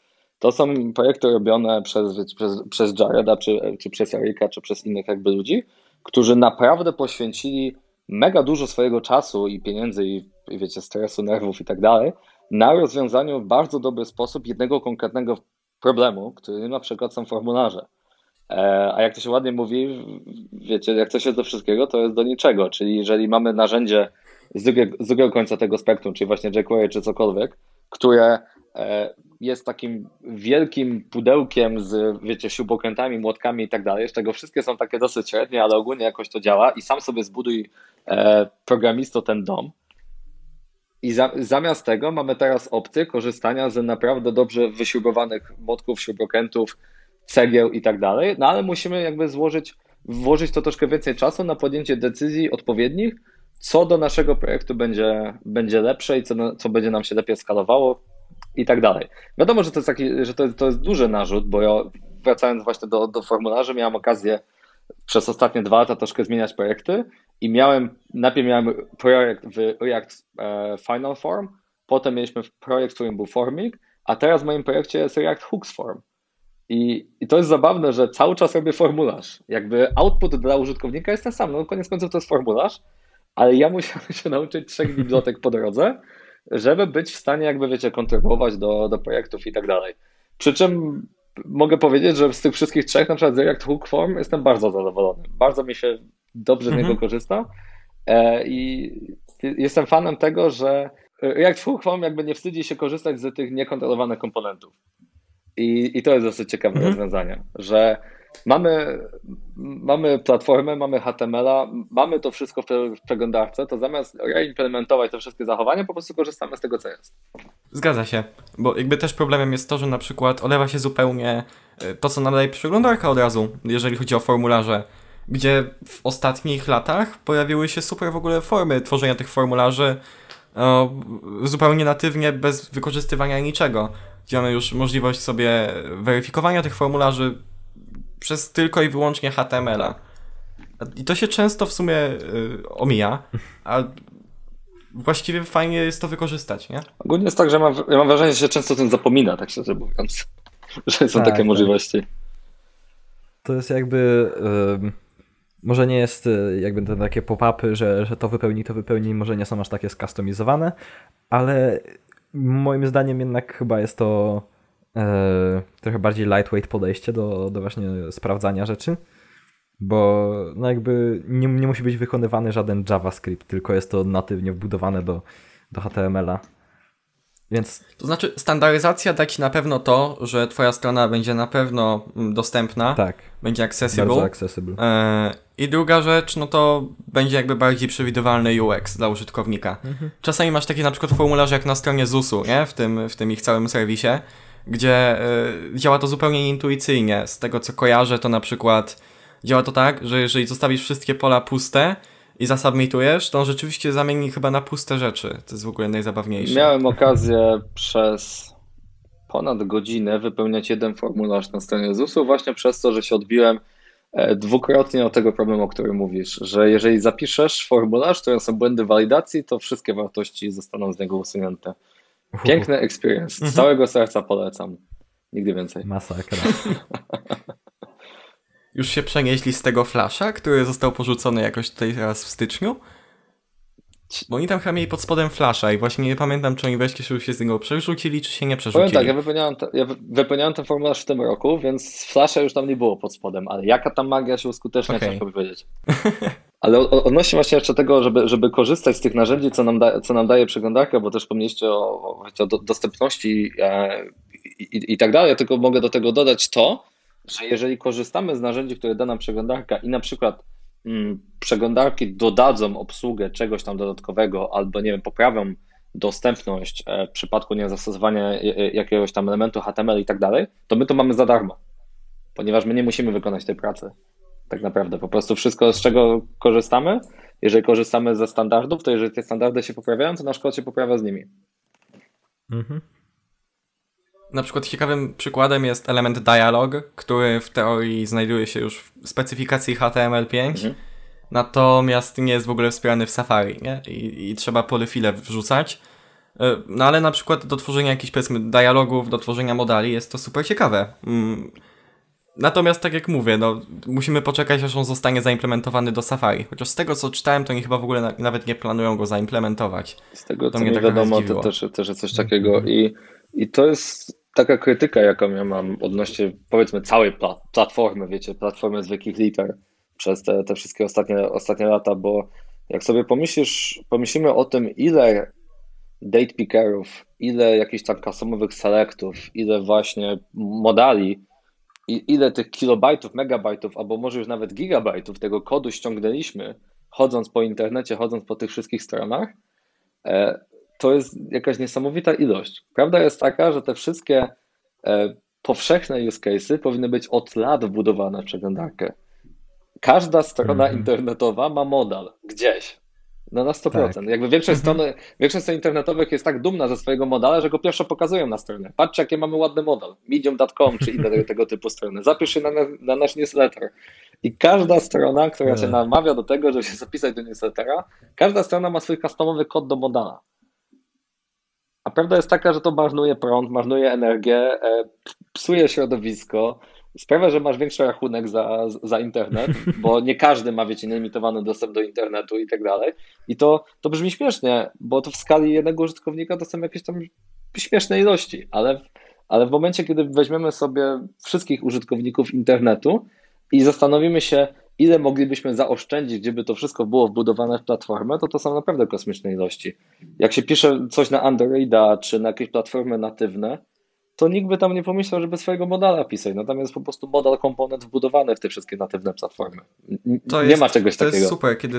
To są projekty robione przez Jareda, czy przez Erika, czy przez innych jakby ludzi, którzy naprawdę poświęcili mega dużo swojego czasu i pieniędzy i wiecie, stresu, nerwów i tak dalej, na rozwiązaniu w bardzo dobry sposób jednego konkretnego problemu, który na przykład są formularze. A jak to się ładnie mówi, wiecie, jak coś jest do wszystkiego, to jest do niczego. Czyli jeżeli mamy narzędzie z drugiego końca tego spektrum, czyli właśnie jQuery czy cokolwiek, które jest takim wielkim pudełkiem z, wiecie, śrubokrętami, młotkami i tak dalej, z czego wszystkie są takie dosyć średnie, ale ogólnie jakoś to działa i sam sobie zbuduj programisto ten dom. I zamiast tego mamy teraz opcję korzystania z naprawdę dobrze wyśrubowanych młotków, śrubokrętów, cegieł i tak dalej, no ale musimy jakby włożyć to troszkę więcej czasu na podjęcie decyzji odpowiednich, co do naszego projektu będzie lepsze i co będzie nam się lepiej skalowało i tak dalej. Wiadomo, że to jest duży narzut, bo ja wracając właśnie do formularzy, miałem okazję przez ostatnie 2 lata troszkę zmieniać projekty i najpierw miałem projekt w React Final Form, potem mieliśmy projekt, w którym był Formik, a teraz w moim projekcie jest React Hooks Form. I to jest zabawne, że cały czas robię formularz. Jakby output dla użytkownika jest ten sam, no koniec końców to jest formularz, ale ja musiałem się nauczyć 3 bibliotek po drodze, żeby być w stanie jakby, wiecie, kontrybuować do projektów i tak dalej. Przy czym mogę powiedzieć, że z tych wszystkich 3, na przykład z React Hook Form, jestem bardzo zadowolony. Bardzo mi się dobrze z niego korzysta i jestem fanem tego, że React Hook Form jakby nie wstydzi się korzystać z tych niekontrolowanych komponentów. I to jest dosyć ciekawe rozwiązanie, że mamy platformę, mamy HTML-a, mamy to wszystko w przeglądarce, to zamiast reimplementować te wszystkie zachowania, po prostu korzystamy z tego, co jest. Zgadza się, bo jakby też problemem jest to, że na przykład olewa się zupełnie to, co nadaje przeglądarka od razu, jeżeli chodzi o formularze, gdzie w ostatnich latach pojawiły się super w ogóle formy tworzenia tych formularzy zupełnie natywnie, bez wykorzystywania niczego. Gdzie mamy już możliwość sobie weryfikowania tych formularzy przez tylko i wyłącznie HTML-a. I to się często w sumie omija, a właściwie fajnie jest to wykorzystać, nie? Ogólnie jest tak, że ja mam wrażenie, że się często o tym zapomina, tak szczerze mówiąc, że są takie możliwości. To jest jakby... może nie jest jakby te takie pop-upy, że to wypełni, może nie są aż takie skustomizowane, ale moim zdaniem jednak chyba jest to trochę bardziej lightweight podejście do właśnie sprawdzania rzeczy, bo no jakby nie musi być wykonywany żaden JavaScript, tylko jest to natywnie wbudowane do HTML-a. Więc... To znaczy standaryzacja da ci na pewno to, że twoja strona będzie na pewno dostępna, tak, będzie accessible. Bardzo accessible. I druga rzecz, no to będzie jakby bardziej przewidywalny UX dla użytkownika. Czasami masz takie na przykład formularze jak na stronie ZUS-u, nie? W tym ich całym serwisie, gdzie działa to zupełnie nieintuicyjnie. Z tego co kojarzę, to na przykład działa to tak, że jeżeli zostawisz wszystkie pola puste i zasubmitujesz, to on rzeczywiście zamieni chyba na puste rzeczy. To jest w ogóle najzabawniejsze. Miałem okazję przez ponad godzinę wypełniać jeden formularz na stronie ZUS-u właśnie przez to, że się odbiłem dwukrotnie od tego problemu, o którym mówisz, że jeżeli zapiszesz formularz, w którym są błędy walidacji, to wszystkie wartości zostaną z niego usunięte. Piękny experience. Z całego serca polecam. Nigdy więcej. Masakra. Już się przenieśli z tego Flasha, który został porzucony jakoś tutaj teraz w styczniu? Bo oni tam chyba mieli pod spodem Flasha i właśnie nie pamiętam, czy oni wreszcie się z niego przerzucili, czy się nie przerzucili. Powiem tak, ja wypełniałem ten formularz w tym roku, więc Flasha już tam nie było pod spodem, ale jaka tam magia się uskutecznia, ciężko powiedzieć. Ale odnośnie właśnie jeszcze tego, żeby korzystać z tych narzędzi, co nam daje przeglądarka, bo też wspomnieliście o dostępności i tak dalej, tylko mogę do tego dodać to, że jeżeli korzystamy z narzędzi, które da nam przeglądarka i na przykład przeglądarki dodadzą obsługę czegoś tam dodatkowego albo, nie wiem, poprawią dostępność w przypadku zastosowania jakiegoś tam elementu HTML i tak dalej, to my to mamy za darmo, ponieważ my nie musimy wykonać tej pracy. Tak naprawdę, po prostu wszystko, z czego korzystamy, jeżeli korzystamy ze standardów, to jeżeli te standardy się poprawiają, to nasz kod się poprawia z nimi. Na przykład ciekawym przykładem jest element dialog, który w teorii znajduje się już w specyfikacji HTML5, natomiast nie jest w ogóle wspierany w Safari, nie? I trzeba polyfile wrzucać. No ale na przykład do tworzenia jakichś, powiedzmy, dialogów, do tworzenia modali jest to super ciekawe. Natomiast tak jak mówię, no musimy poczekać, aż on zostanie zaimplementowany do Safari. Chociaż z tego co czytałem, to oni chyba w ogóle nawet nie planują go zaimplementować. Z tego co mi wiadomo, to też jest coś takiego i to jest taka krytyka, jaką ja mam odnośnie, powiedzmy, całej platformy, wiecie, platformy z wielkich liter przez te wszystkie ostatnie lata, bo jak sobie pomyślimy o tym, ile date pickerów, ile jakichś tam customowych selectów, ile właśnie modali, ile tych kilobajtów, megabajtów, albo może już nawet gigabajtów tego kodu ściągnęliśmy, chodząc po internecie, chodząc po tych wszystkich stronach, to jest jakaś niesamowita ilość. Prawda jest taka, że te wszystkie powszechne use cases powinny być od lat wbudowane w przeglądarkę. Każda strona internetowa ma modal gdzieś. No na 100%. Tak. Jakby większość stron internetowych jest tak dumna ze swojego modala, że go pierwsze pokazują na stronie. Patrzcie, jakie mamy ładny model. Medium.com czy inne tego typu strony. Zapisz się na nasz newsletter. I każda strona, która cię namawia do tego, żeby się zapisać do newslettera, każda strona ma swój customowy kod do modala. A prawda jest taka, że to marnuje prąd, marnuje energię, psuje środowisko, sprawia, że masz większy rachunek za internet, bo nie każdy ma, wiecie, nielimitowany dostęp do internetu i tak dalej. I to brzmi śmiesznie, bo to w skali jednego użytkownika to są jakieś tam śmieszne ilości, ale w momencie, kiedy weźmiemy sobie wszystkich użytkowników internetu i zastanowimy się, ile moglibyśmy zaoszczędzić, gdyby to wszystko było wbudowane w platformę, to są naprawdę kosmiczne ilości. Jak się pisze coś na Androida czy na jakieś platformy natywne, to nikt by tam nie pomyślał, żeby swojego modala pisać. No tam jest po prostu modal komponent wbudowany w te wszystkie natywne platformy. Nie ma czegoś takiego. To jest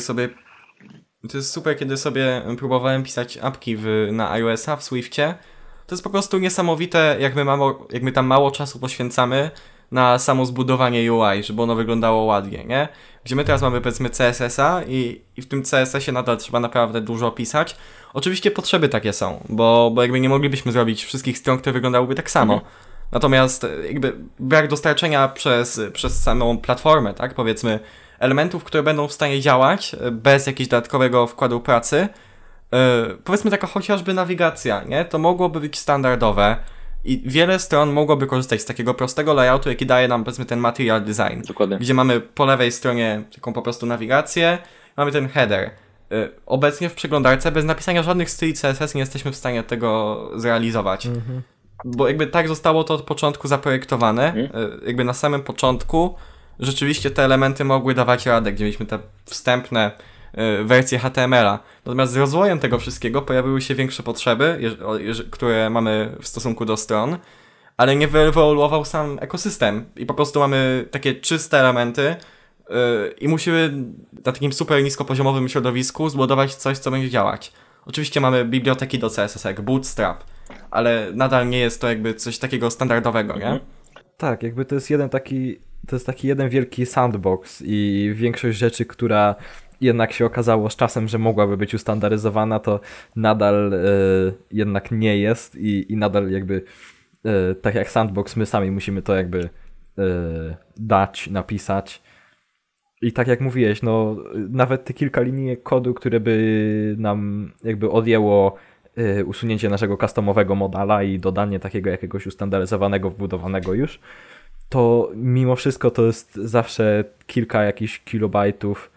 super, kiedy sobie próbowałem pisać apki na iOS-a w Swiftie. To jest po prostu niesamowite, jak my tam mało czasu poświęcamy na samo zbudowanie UI, żeby ono wyglądało ładnie, nie? Gdzie my teraz mamy, powiedzmy, CSS-a i w tym CSS-ie nadal trzeba naprawdę dużo pisać. Oczywiście potrzeby takie są, bo jakby nie moglibyśmy zrobić wszystkich stron, które wyglądałyby tak samo. Natomiast jakby brak dostarczenia przez samą platformę, tak, powiedzmy, elementów, które będą w stanie działać bez jakiegoś dodatkowego wkładu pracy, powiedzmy taka chociażby nawigacja, nie? To mogłoby być standardowe i wiele stron mogłoby korzystać z takiego prostego layoutu, jaki daje nam, powiedzmy, ten material design. Dokładnie. Gdzie mamy po lewej stronie taką po prostu nawigację, mamy ten header. Obecnie w przeglądarce bez napisania żadnych styli CSS nie jesteśmy w stanie tego zrealizować. Bo jakby tak zostało to od początku zaprojektowane, jakby na samym początku rzeczywiście te elementy mogły dawać radę, gdzie mieliśmy te wstępne wersje HTML-a. Natomiast z rozwojem tego wszystkiego pojawiły się większe potrzeby, które mamy w stosunku do stron, ale nie wyewoluował sam ekosystem i po prostu mamy takie czyste elementy i musimy na takim super niskopoziomowym środowisku zbudować coś, co będzie działać. Oczywiście mamy biblioteki do CSS jak Bootstrap, ale nadal nie jest to jakby coś takiego standardowego, nie? Tak, jakby to jest taki jeden wielki sandbox i większość rzeczy, która jednak się okazało z czasem, że mogłaby być ustandaryzowana, to nadal jednak nie jest i nadal jakby tak jak sandbox, my sami musimy to jakby dać, napisać. I tak jak mówiłeś, no nawet te kilka linii kodu, które by nam jakby odjęło usunięcie naszego customowego modala i dodanie takiego jakiegoś ustandaryzowanego, wbudowanego już, to mimo wszystko to jest zawsze kilka jakichś kilobajtów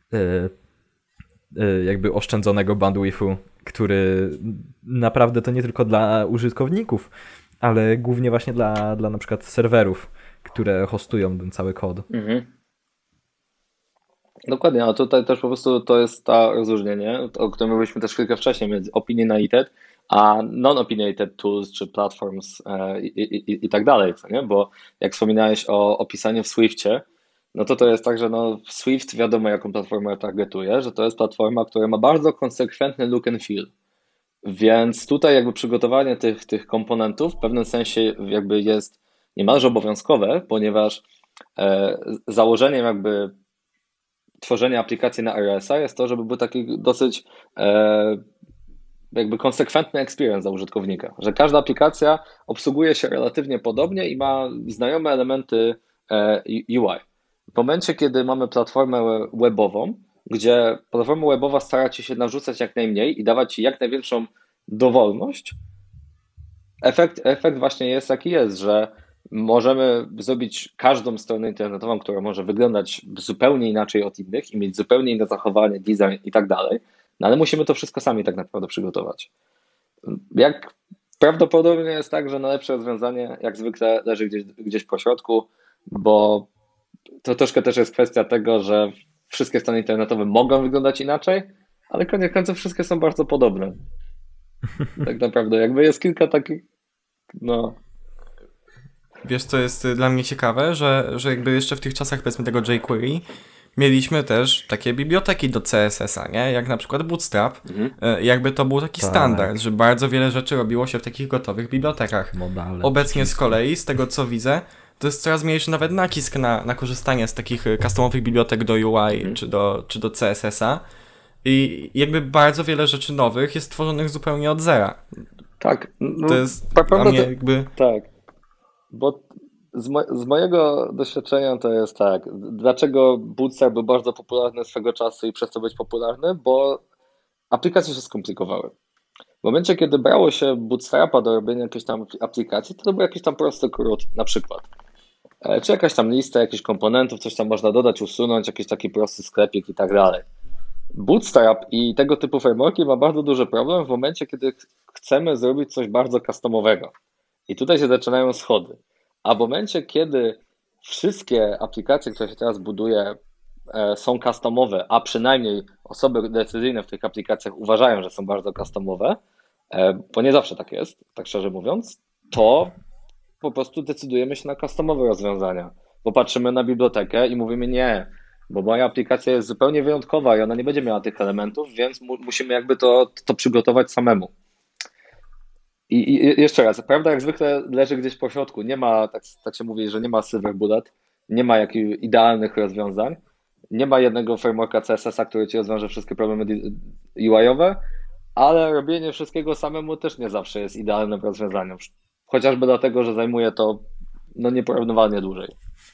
jakby oszczędzonego bandwidthu, który naprawdę to nie tylko dla użytkowników, ale głównie właśnie dla na przykład serwerów, które hostują ten cały kod. Dokładnie, a tutaj też po prostu to jest to rozróżnienie, o którym mówiliśmy też chwilkę wcześniej, między opinionated a non-opinionated tools czy platforms i tak dalej, co nie? Bo jak wspominałeś o opisaniu w Swiftie, no to jest tak, że no Swift wiadomo jaką platformę targetuje, że to jest platforma, która ma bardzo konsekwentny look and feel. Więc tutaj jakby przygotowanie tych komponentów w pewnym sensie jakby jest niemalże obowiązkowe, ponieważ założeniem jakby tworzenia aplikacji na iOS-a jest to, żeby był taki dosyć jakby konsekwentny experience dla użytkownika, że każda aplikacja obsługuje się relatywnie podobnie i ma znajome elementy UI. W momencie, kiedy mamy platformę webową, gdzie platforma webowa stara ci się narzucać jak najmniej i dawać ci jak największą dowolność, efekt właśnie jest jaki jest, że możemy zrobić każdą stronę internetową, która może wyglądać zupełnie inaczej od innych i mieć zupełnie inne zachowanie, design i tak dalej, no ale musimy to wszystko sami tak naprawdę przygotować. Jak prawdopodobnie jest tak, że najlepsze rozwiązanie jak zwykle leży gdzieś po środku, bo to troszkę też jest kwestia tego, że wszystkie strony internetowe mogą wyglądać inaczej, ale koniec końców wszystkie są bardzo podobne. Tak naprawdę, jakby jest kilka takich, no... Wiesz, co jest dla mnie ciekawe, że jakby jeszcze w tych czasach, powiedzmy, tego jQuery mieliśmy też takie biblioteki do CSS-a, nie? Jak na przykład Bootstrap. Jakby to był taki standard, że bardzo wiele rzeczy robiło się w takich gotowych bibliotekach. Obecnie z kolei, z tego co widzę, to jest coraz mniejszy nawet nacisk na korzystanie z takich customowych bibliotek do UI czy do CSS-a. I jakby bardzo wiele rzeczy nowych jest tworzonych zupełnie od zera. Tak. No, to jest dla mnie jakby... Tak. Bo z mojego doświadczenia to jest tak. Dlaczego Bootstrap był bardzo popularny swego czasu i przestał być popularny? Bo aplikacje się skomplikowały. W momencie, kiedy brało się Bootstrapa do robienia jakiejś tam aplikacji, to był jakiś tam prosty skrót, na przykład. Czy jakaś tam lista jakichś komponentów, coś tam można dodać, usunąć, jakiś taki prosty sklepik i tak dalej. Bootstrap i tego typu frameworki ma bardzo duży problem w momencie, kiedy chcemy zrobić coś bardzo customowego. I tutaj się zaczynają schody. A w momencie, kiedy wszystkie aplikacje, które się teraz buduje, są customowe, a przynajmniej osoby decyzyjne w tych aplikacjach uważają, że są bardzo customowe, bo nie zawsze tak jest, tak szczerze mówiąc, to po prostu decydujemy się na customowe rozwiązania. Bo patrzymy na bibliotekę i mówimy nie, bo moja aplikacja jest zupełnie wyjątkowa i ona nie będzie miała tych elementów, więc musimy jakby to przygotować samemu. I jeszcze raz, prawda jak zwykle leży gdzieś po środku. Nie ma, tak się mówi, że nie ma silver bullet, nie ma jakichś idealnych rozwiązań, nie ma jednego frameworka CSS-a, który ci rozwiąże wszystkie problemy UI-owe, ale robienie wszystkiego samemu też nie zawsze jest idealnym rozwiązaniem. Chociażby dlatego, że zajmuje to nieporównywalnie dłużej.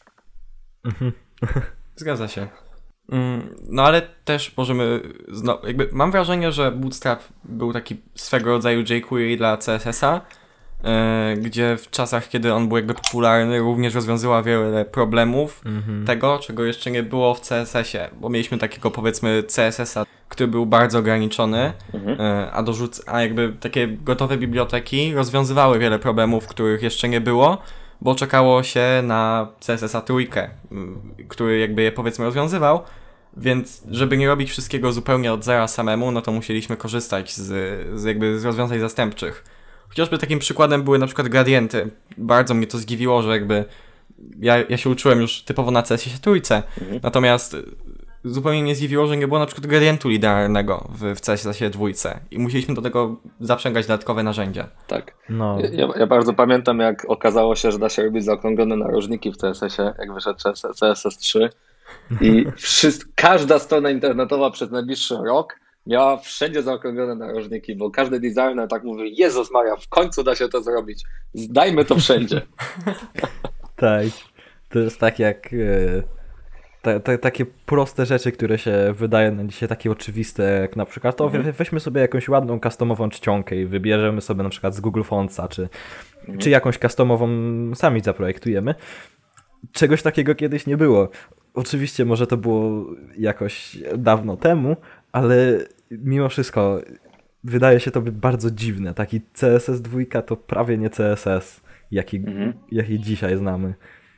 Zgadza się. No ale też możemy, jakby mam wrażenie, że Bootstrap był taki swego rodzaju jQuery dla CSS-a, gdzie w czasach, kiedy on był jakby popularny, również rozwiązywał wiele problemów tego, czego jeszcze nie było w CSS-ie, bo mieliśmy takiego, powiedzmy, CSS-a, który był bardzo ograniczony, a jakby takie gotowe biblioteki rozwiązywały wiele problemów, których jeszcze nie było, bo czekało się na CSS-a trójkę, który jakby je, powiedzmy, rozwiązywał, więc żeby nie robić wszystkiego zupełnie od zera samemu, no to musieliśmy korzystać z rozwiązań zastępczych. Chociażby takim przykładem były na przykład gradienty. Bardzo mnie to zdziwiło, że jakby ja się uczyłem już typowo na CSS-ie trójce, natomiast zupełnie mnie zdziwiło, że nie było na przykład gradientu linearnego w CSS-ie dwójce i musieliśmy do tego zaprzęgać dodatkowe narzędzia. Tak. No. Ja bardzo pamiętam, jak okazało się, że da się robić zaokrąglone narożniki w CSS-ie, jak wyszedł CSS 3 i każda strona internetowa przez najbliższy rok miała wszędzie zaokrąglone narożniki, bo każdy designer tak mówił, Jezus Maria, w końcu da się to zrobić, dajmy to wszędzie. Tak, to jest tak jak takie proste rzeczy, które się wydają na dzisiaj takie oczywiste, jak na przykład weźmy sobie jakąś ładną customową czcionkę i wybierzemy sobie na przykład z Google Fontsa, czy jakąś customową sami zaprojektujemy. Czegoś takiego kiedyś nie było. Oczywiście może to było jakoś dawno temu, ale mimo wszystko wydaje się to bardzo dziwne. Taki CSS 2 to prawie nie CSS, jaki dzisiaj znamy.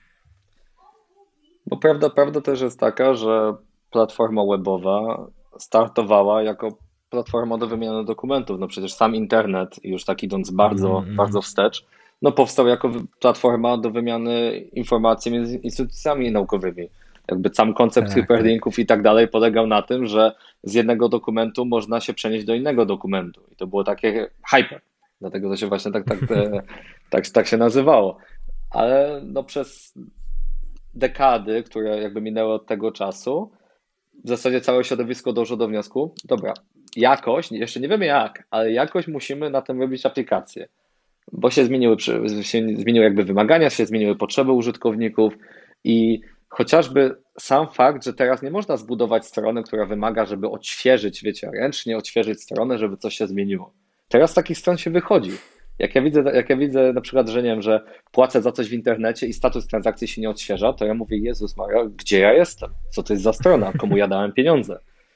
Bo prawda też jest taka, że platforma webowa startowała jako platforma do wymiany dokumentów. No przecież sam internet, już tak idąc bardzo wstecz, powstał jako platforma do wymiany informacji między instytucjami naukowymi. Jakby sam koncept hyperlinków i tak dalej polegał na tym, że z jednego dokumentu można się przenieść do innego dokumentu. I to było takie hyper. Dlatego to się właśnie tak się nazywało. Ale przez dekady, które jakby minęły od tego czasu, w zasadzie całe środowisko doszło do wniosku, dobra, jakoś, jeszcze nie wiemy jak, ale jakoś musimy na tym robić aplikacje. Bo się zmieniły jakby wymagania, się zmieniły potrzeby użytkowników i chociażby sam fakt, że teraz nie można zbudować strony, która wymaga, żeby odświeżyć, ręcznie odświeżyć stronę, żeby coś się zmieniło. Teraz z takich stron się wychodzi. Jak ja widzę na przykład, że nie wiem, że płacę za coś w internecie i status transakcji się nie odświeża, to ja mówię, Jezus Maria, gdzie ja jestem? Co to jest za strona? Komu ja dałem pieniądze?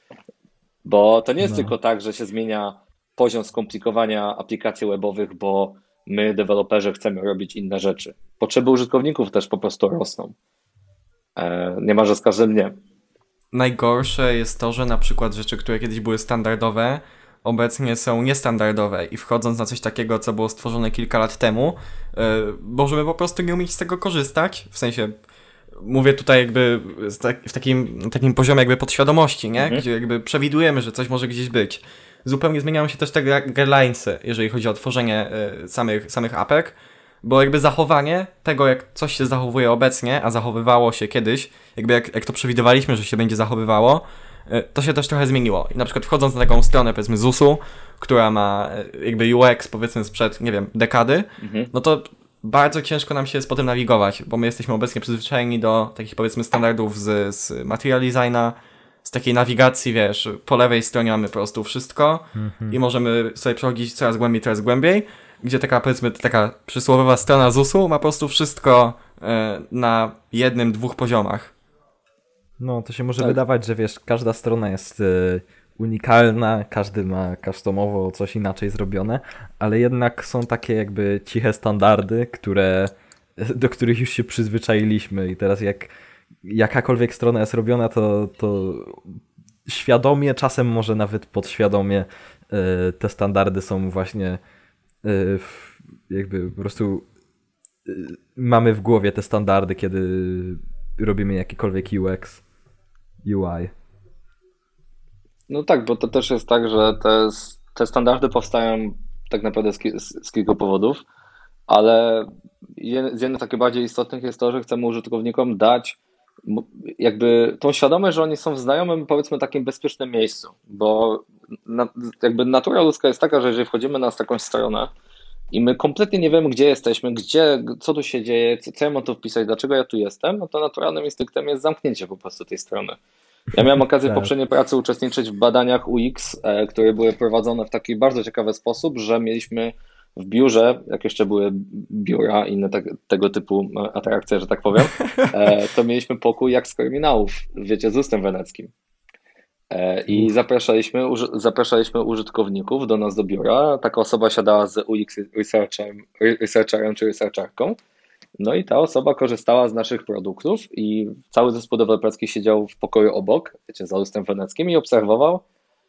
Bo to nie jest tylko tak, że się zmienia poziom skomplikowania aplikacji webowych, bo my, deweloperzy, chcemy robić inne rzeczy. Potrzeby użytkowników też po prostu rosną. Niemalże z każdym dniem. Najgorsze jest to, że na przykład rzeczy, które kiedyś były standardowe, obecnie są niestandardowe i wchodząc na coś takiego, co było stworzone kilka lat temu, możemy po prostu nie umieć z tego korzystać, w sensie mówię tutaj jakby w takim poziomie jakby podświadomości, nie? Gdzie jakby przewidujemy, że coś może gdzieś być. Zupełnie zmieniają się też te guidelinesy, jeżeli chodzi o tworzenie samych apek, bo jakby zachowanie tego, jak coś się zachowuje obecnie, a zachowywało się kiedyś, jakby jak to przewidywaliśmy, że się będzie zachowywało, to się też trochę zmieniło. I na przykład wchodząc na taką stronę, powiedzmy ZUS-u, która ma jakby UX, powiedzmy sprzed, nie wiem, dekady, no to bardzo ciężko nam się jest potem nawigować, bo my jesteśmy obecnie przyzwyczajeni do takich, powiedzmy, standardów z material designa, z takiej nawigacji, wiesz, po lewej stronie mamy po prostu wszystko i możemy sobie przechodzić coraz głębiej, gdzie taka, powiedzmy, taka przysłowiowa strona ZUS-u ma po prostu wszystko na 1-2 poziomach. No, to się może wydawać, że wiesz, każda strona jest unikalna, każdy ma customowo coś inaczej zrobione, ale jednak są takie jakby ciche standardy, do których już się przyzwyczailiśmy i teraz jak jakakolwiek strona jest robiona, to świadomie, czasem może nawet podświadomie te standardy są właśnie jakby po prostu mamy w głowie te standardy, kiedy robimy jakikolwiek UX, UI. No tak, bo to też jest tak, że te standardy powstają tak naprawdę z kilku powodów, ale z jednych takich bardziej istotnych jest to, że chcemy użytkownikom dać jakby tą świadomość, że oni są w znajomym, powiedzmy, takim bezpiecznym miejscu, bo jakby natura ludzka jest taka, że jeżeli wchodzimy na taką stronę i my kompletnie nie wiemy, gdzie jesteśmy, co tu się dzieje, co ja mam tu wpisać, dlaczego ja tu jestem, no to naturalnym instynktem jest zamknięcie po prostu tej strony. Ja miałem okazję w poprzedniej pracy uczestniczyć w badaniach UX, które były prowadzone w taki bardzo ciekawy sposób, że mieliśmy w biurze, jak jeszcze były biura i inne tego typu atrakcje, że tak powiem, to mieliśmy pokój jak z kryminałów, wiecie, z Ustem Weneckim. I zapraszaliśmy użytkowników do nas do biura. Taka osoba siadała z UX researcherem czy researcherką. No i ta osoba korzystała z naszych produktów i cały zespół deweloperski siedział w pokoju obok, wiecie, za Ustem Weneckim i obserwował,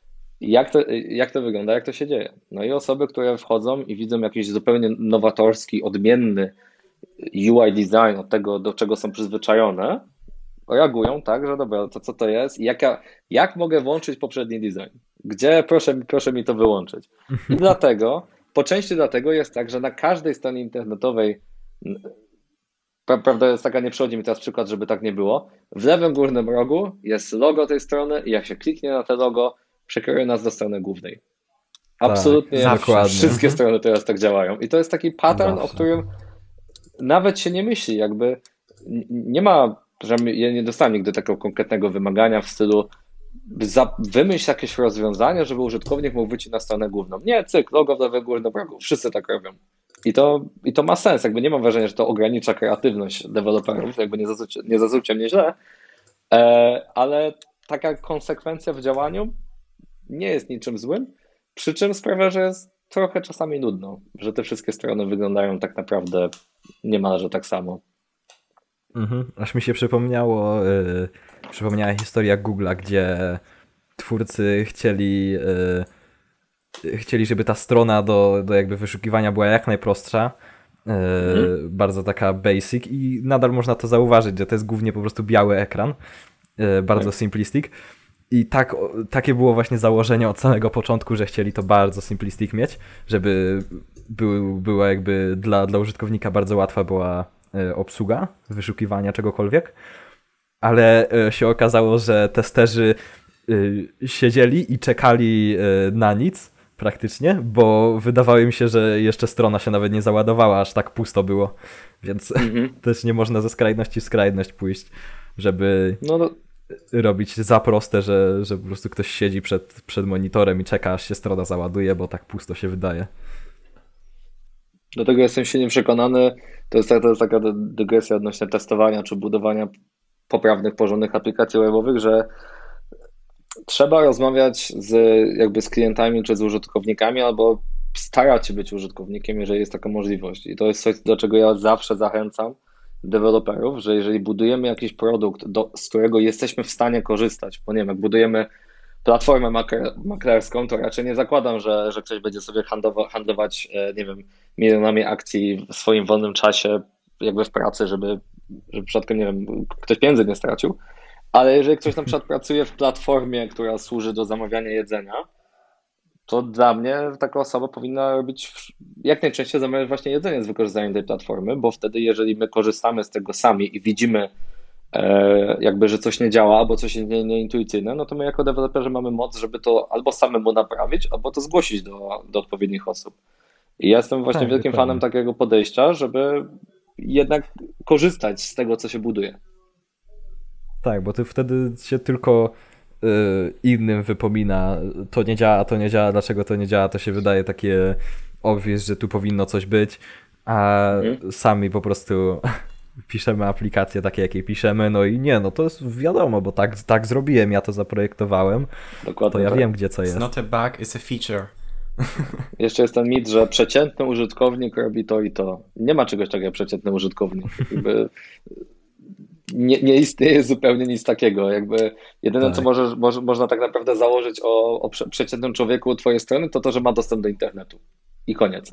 jak to wygląda, jak to się dzieje. No i osoby, które wchodzą i widzą jakiś zupełnie nowatorski, odmienny UI design od tego, do czego są przyzwyczajone, reagują tak, że dobra, to co to jest i jak mogę włączyć poprzedni design? Gdzie? Proszę mi to wyłączyć. I po części dlatego jest tak, że na każdej stronie internetowej, prawda jest taka, nie przychodzi mi teraz przykład, żeby tak nie było, w lewym górnym rogu jest logo tej strony i jak się kliknie na to logo, przekieruje nas do strony głównej. Absolutnie wszystkie strony teraz tak działają. I to jest taki pattern, o którym nawet się nie myśli, jakby nie ma, że ja nie dostałem nigdy takiego konkretnego wymagania w stylu wymyśl jakieś rozwiązanie, żeby użytkownik mógł wyjść na stronę główną. Nie, cyk, logo w lewym górnym rogu. Wszyscy tak robią. I to ma sens, jakby nie mam wrażenia, że to ogranicza kreatywność deweloperów, jakby nie zrozumcie mnie źle, ale taka konsekwencja w działaniu nie jest niczym złym, przy czym sprawia, że jest trochę czasami nudno, że te wszystkie strony wyglądają tak naprawdę niemalże tak samo. Aż mi się przypomniała historia Google'a, gdzie twórcy chcieli, żeby ta strona do jakby wyszukiwania była jak najprostsza, bardzo taka basic i nadal można to zauważyć, że to jest głównie po prostu biały ekran, bardzo simplistic. I takie było właśnie założenie od samego początku, że chcieli to bardzo simplistic mieć, żeby była jakby dla użytkownika bardzo łatwa była obsługa, wyszukiwania czegokolwiek, ale się okazało, że testerzy siedzieli i czekali na nic praktycznie, bo wydawało im się, że jeszcze strona się nawet nie załadowała, aż tak pusto było, więc też nie można ze skrajności w skrajność pójść, żeby robić za proste, że po prostu ktoś siedzi przed monitorem i czeka, aż się strona załaduje, bo tak pusto się wydaje. Dlatego jestem silnie przekonany, to jest taka dygresja odnośnie testowania czy budowania poprawnych, porządnych aplikacji webowych, że trzeba rozmawiać z klientami czy z użytkownikami, albo starać się być użytkownikiem, jeżeli jest taka możliwość. I to jest coś, do czego ja zawsze zachęcam deweloperów, że jeżeli budujemy jakiś produkt, z którego jesteśmy w stanie korzystać, bo nie wiem, jak budujemy platformę maklerską, to raczej nie zakładam, że ktoś będzie sobie handlować, nie wiem, milionami akcji w swoim wolnym czasie, jakby w pracy, żeby przypadkiem, nie wiem, ktoś pieniędzy nie stracił. Ale jeżeli ktoś na przykład pracuje w platformie, która służy do zamawiania jedzenia, to dla mnie taka osoba powinna robić jak najczęściej zamawiać właśnie jedzenie z wykorzystaniem tej platformy, bo wtedy jeżeli my korzystamy z tego sami i widzimy jakby, że coś nie działa, albo coś jest nieintuicyjne, no to my jako deweloperzy mamy moc, żeby to albo samemu naprawić, albo to zgłosić do odpowiednich osób. I ja jestem właśnie wielkim fanem takiego podejścia, żeby jednak korzystać z tego, co się buduje. Tak, bo ty wtedy się tylko innym wypomina, to nie działa, dlaczego to nie działa, to się wydaje takie obvious, że tu powinno coś być, a sami po prostu piszemy aplikacje takie, jakie piszemy, no i nie, no to jest wiadomo, bo tak zrobiłem, ja to zaprojektowałem, dokładnie, to ja wiem, gdzie co jest. It's not a bug, it's a feature. Jeszcze jest ten mit, że przeciętny użytkownik robi to i to. Nie ma czegoś takiego jak przeciętny użytkownik. Jakby nie istnieje zupełnie nic takiego. Jakby jedyne, co można tak naprawdę założyć o przeciętnym człowieku twojej strony, to, że ma dostęp do internetu. I koniec.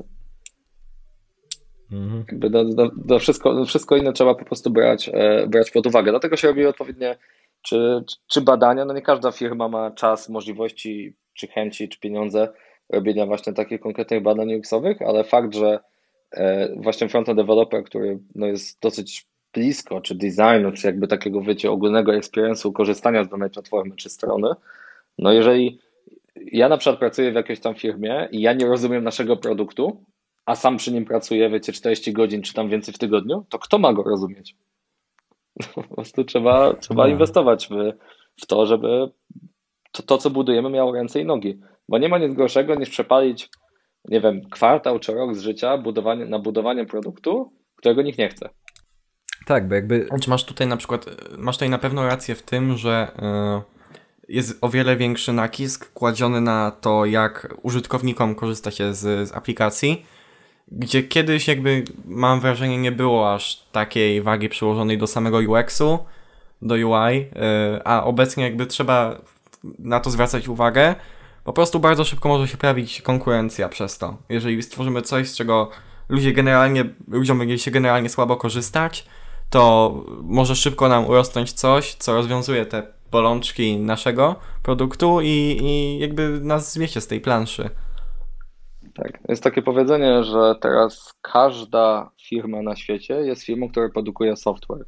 Jakby wszystko inne trzeba po prostu brać pod uwagę. Dlatego się robi odpowiednie czy badania. No nie każda firma ma czas, możliwości, czy chęci, czy pieniądze robienia właśnie takich konkretnych badań UX-owych, ale fakt, że właśnie frontend developer, który no jest dosyć blisko, czy designu, czy jakby takiego, wiecie, ogólnego experience'u korzystania z danej platformy, czy strony, no jeżeli ja na przykład pracuję w jakiejś tam firmie i ja nie rozumiem naszego produktu, a sam przy nim pracuję, wiecie, 40 godzin, czy tam więcej w tygodniu, to kto ma go rozumieć? Po prostu trzeba inwestować w to, żeby to, co budujemy, miało ręce i nogi. Bo nie ma nic gorszego niż przepalić, nie wiem, kwartał czy rok z życia na budowanie produktu, którego nikt nie chce. Tak, bo jakby... Czy masz tutaj na pewno rację w tym, że jest o wiele większy nacisk kładziony na to, jak użytkownikom korzysta się z aplikacji, gdzie kiedyś jakby, mam wrażenie, nie było aż takiej wagi przyłożonej do samego UX-u, do UI, a obecnie jakby trzeba na to zwracać uwagę. Po prostu bardzo szybko może się pojawić konkurencja przez to. Jeżeli stworzymy coś, z czego ludziom będzie się generalnie słabo korzystać, to może szybko nam urosnąć coś, co rozwiązuje te bolączki naszego produktu i jakby nas zmiecie z tej planszy. Tak, jest takie powiedzenie, że teraz każda firma na świecie jest firmą, która produkuje software.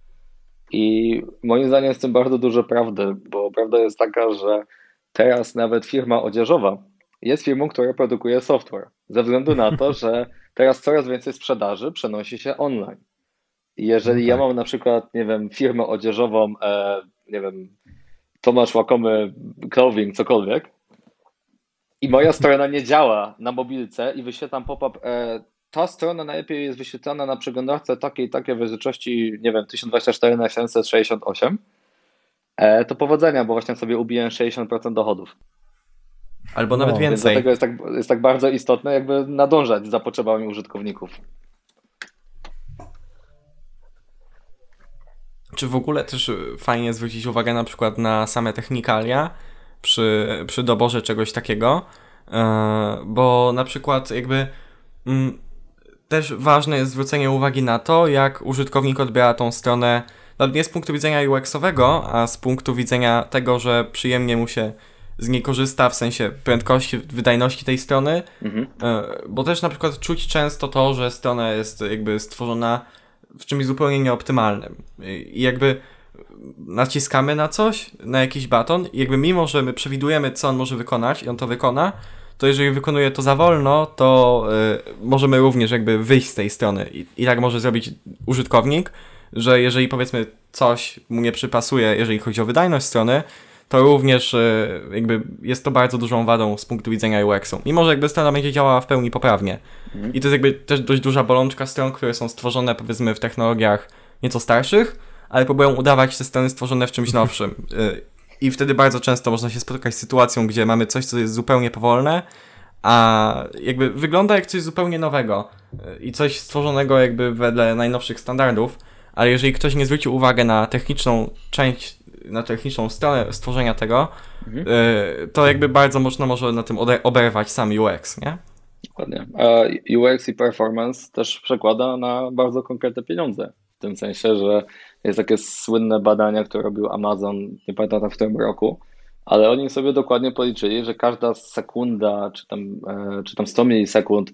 I moim zdaniem jest w tym bardzo dużo prawdy, bo prawda jest taka, że teraz nawet firma odzieżowa jest firmą, która produkuje software. Ze względu na to, że teraz coraz więcej sprzedaży przenosi się online. I jeżeli ja mam na przykład, nie wiem, firmę odzieżową, nie wiem, Tomasz Łakomy Clothing, cokolwiek, i moja strona nie działa na mobilce i wyświetlam pop-up, ta strona najlepiej jest wyświetlana na przeglądarce takiej rozdzielczości, nie wiem, 1024x768, to powodzenia, bo właśnie sobie ubiłem 60% dochodów. Albo nawet więcej. Więc dlatego jest tak bardzo istotne, jakby nadążać za potrzebami użytkowników. Czy w ogóle też fajnie zwrócić uwagę na przykład na same technikalia przy doborze czegoś takiego, bo na przykład jakby też ważne jest zwrócenie uwagi na to, jak użytkownik odbiera tą stronę, nawet nie z punktu widzenia UX-owego, a z punktu widzenia tego, że przyjemnie mu się z niej korzysta, w sensie prędkości, wydajności tej strony, bo też na przykład czuć często to, że strona jest jakby stworzona w czymś zupełnie nieoptymalnym i jakby naciskamy na coś, na jakiś baton i jakby mimo, że my przewidujemy, co on może wykonać i on to wykona, to jeżeli wykonuje to za wolno, to możemy również jakby wyjść z tej strony i tak może zrobić użytkownik, że jeżeli powiedzmy coś mu nie przypasuje, jeżeli chodzi o wydajność strony, to również jakby jest to bardzo dużą wadą z punktu widzenia UX-u. Mimo że jakby strona będzie działała w pełni poprawnie. I to jest jakby też dość duża bolączka stron, które są stworzone powiedzmy w technologiach nieco starszych, ale próbują udawać te strony stworzone w czymś nowszym. I wtedy bardzo często można się spotkać z sytuacją, gdzie mamy coś, co jest zupełnie powolne, a jakby wygląda jak coś zupełnie nowego i coś stworzonego jakby wedle najnowszych standardów, ale jeżeli ktoś nie zwróci uwagi na techniczną część, na techniczną stronę stworzenia tego, to jakby bardzo mocno może na tym oberwać sam UX, nie? Dokładnie. A UX i performance też przekłada na bardzo konkretne pieniądze. W tym sensie, że jest takie słynne badania, które robił Amazon, nie pamiętam w którym roku, ale oni sobie dokładnie policzyli, że każda sekunda, czy tam 100 milisekund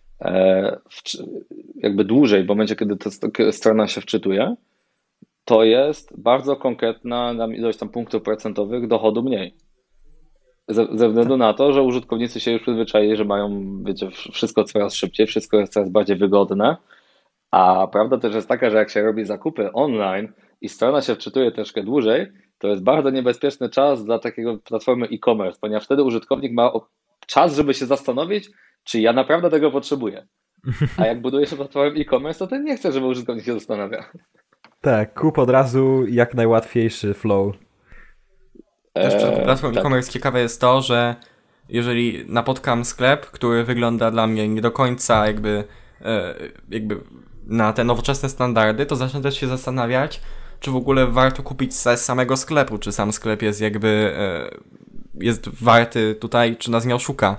jakby dłużej, w momencie, kiedy ta strona się wczytuje, to jest bardzo konkretna nam ilość tam punktów procentowych dochodu mniej. Ze względu na to, że użytkownicy się już przyzwyczaili, że mają, wiecie, wszystko coraz szybciej, wszystko jest coraz bardziej wygodne, a prawda też jest taka, że jak się robi zakupy online i strona się wczytuje troszkę dłużej, to jest bardzo niebezpieczny czas dla takiego platformy e-commerce, ponieważ wtedy użytkownik ma czas, żeby się zastanowić, czy ja naprawdę tego potrzebuję. A jak buduje się platformę e-commerce, to ten nie chce, żeby użytkownik się zastanawia. Tak, kup od razu jak najłatwiejszy flow. Też przy platformie e-commerce ciekawe jest to, że jeżeli napotkam sklep, który wygląda dla mnie nie do końca jakby na te nowoczesne standardy, to zacznę też się zastanawiać, czy w ogóle warto kupić z samego sklepu, czy sam sklep jest jakby jest warty tutaj, czy nas nie oszuka.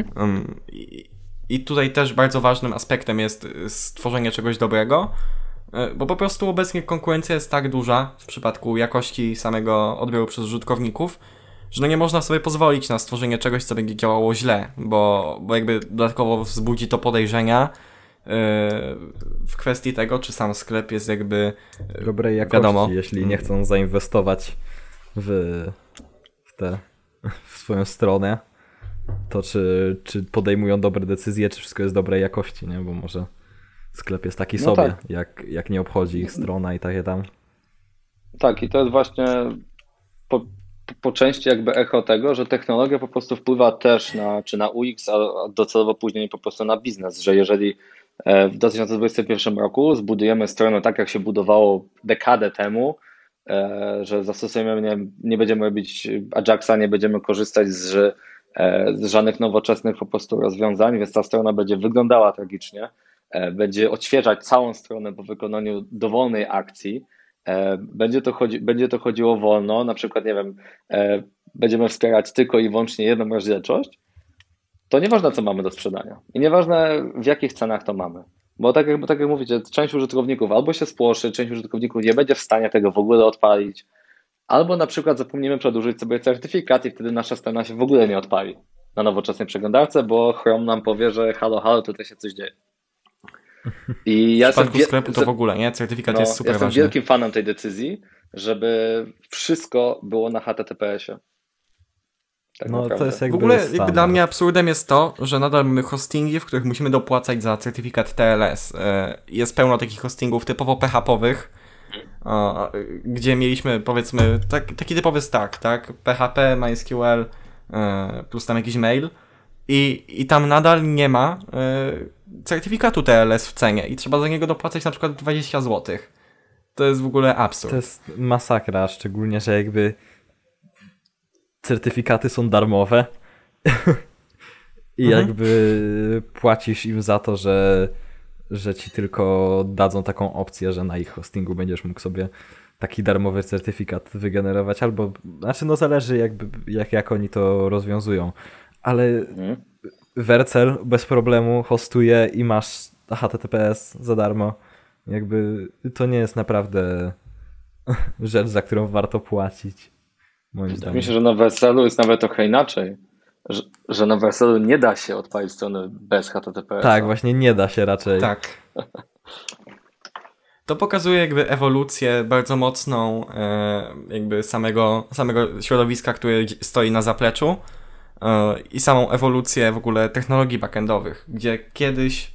I tutaj też bardzo ważnym aspektem jest stworzenie czegoś dobrego, bo po prostu obecnie konkurencja jest tak duża w przypadku jakości samego odbioru przez użytkowników, że no nie można sobie pozwolić na stworzenie czegoś, co będzie działało źle, bo jakby dodatkowo wzbudzi to podejrzenia w kwestii tego, czy sam sklep jest jakby dobrej jakości, wiadomo. Jeśli nie chcą zainwestować w swoją stronę, to czy podejmują dobre decyzje, czy wszystko jest dobrej jakości, nie? Bo może sklep jest taki sobie, tak. jak nie obchodzi ich strona i takie tam. Tak, i to jest właśnie po części jakby echo tego, że technologia po prostu wpływa też na UX, a docelowo później po prostu na biznes, że jeżeli w 2021 roku zbudujemy stronę tak, jak się budowało dekadę temu, że zastosujemy, nie będziemy robić Ajaxa, nie będziemy korzystać z żadnych nowoczesnych po prostu rozwiązań, więc ta strona będzie wyglądała tragicznie, będzie odświeżać całą stronę po wykonaniu dowolnej akcji, będzie to chodziło wolno, na przykład, nie wiem, będziemy wspierać tylko i wyłącznie jedną rozdzielczość, to nieważne, co mamy do sprzedania i nieważne, w jakich cenach to mamy. Bo tak jak mówicie, część użytkowników albo się spłoszy, część użytkowników nie będzie w stanie tego w ogóle odpalić, albo na przykład zapomnimy przedłużyć sobie certyfikat i wtedy nasza strona się w ogóle nie odpali na nowoczesnej przeglądarce, bo Chrome nam powie, że halo, tutaj się coś dzieje. I ja w przypadku sklepu to w ogóle, nie? Certyfikat jest super ważny. Jestem wielkim fanem tej decyzji, żeby wszystko było na HTTPS-ie. Tak naprawdę. To jest jakby w ogóle jakby dla mnie absurdem jest to, że nadal mamy hostingi, w których musimy dopłacać za certyfikat TLS. Jest pełno takich hostingów typowo PHP-owych, gdzie mieliśmy powiedzmy taki typowy stack, tak? PHP, MySQL plus tam jakiś mail i tam nadal nie ma certyfikatu TLS w cenie i trzeba za niego dopłacać na przykład 20 zł. To jest w ogóle absurd. To jest masakra, szczególnie, że jakby certyfikaty są darmowe i jakby płacisz im za to, że ci tylko dadzą taką opcję, że na ich hostingu będziesz mógł sobie taki darmowy certyfikat wygenerować, albo, znaczy no zależy jakby jak oni to rozwiązują, ale Vercel bez problemu hostuje i masz HTTPS za darmo. Jakby to nie jest naprawdę rzecz, za którą warto płacić. Moim zdaniem. Myślę, że na Vercelu jest nawet trochę inaczej. Że na Vercelu nie da się odpalić strony bez HTTPS. Tak, właśnie nie da się raczej. Tak. To pokazuje jakby ewolucję bardzo mocną jakby samego środowiska, które stoi na zapleczu i samą ewolucję w ogóle technologii backendowych, gdzie kiedyś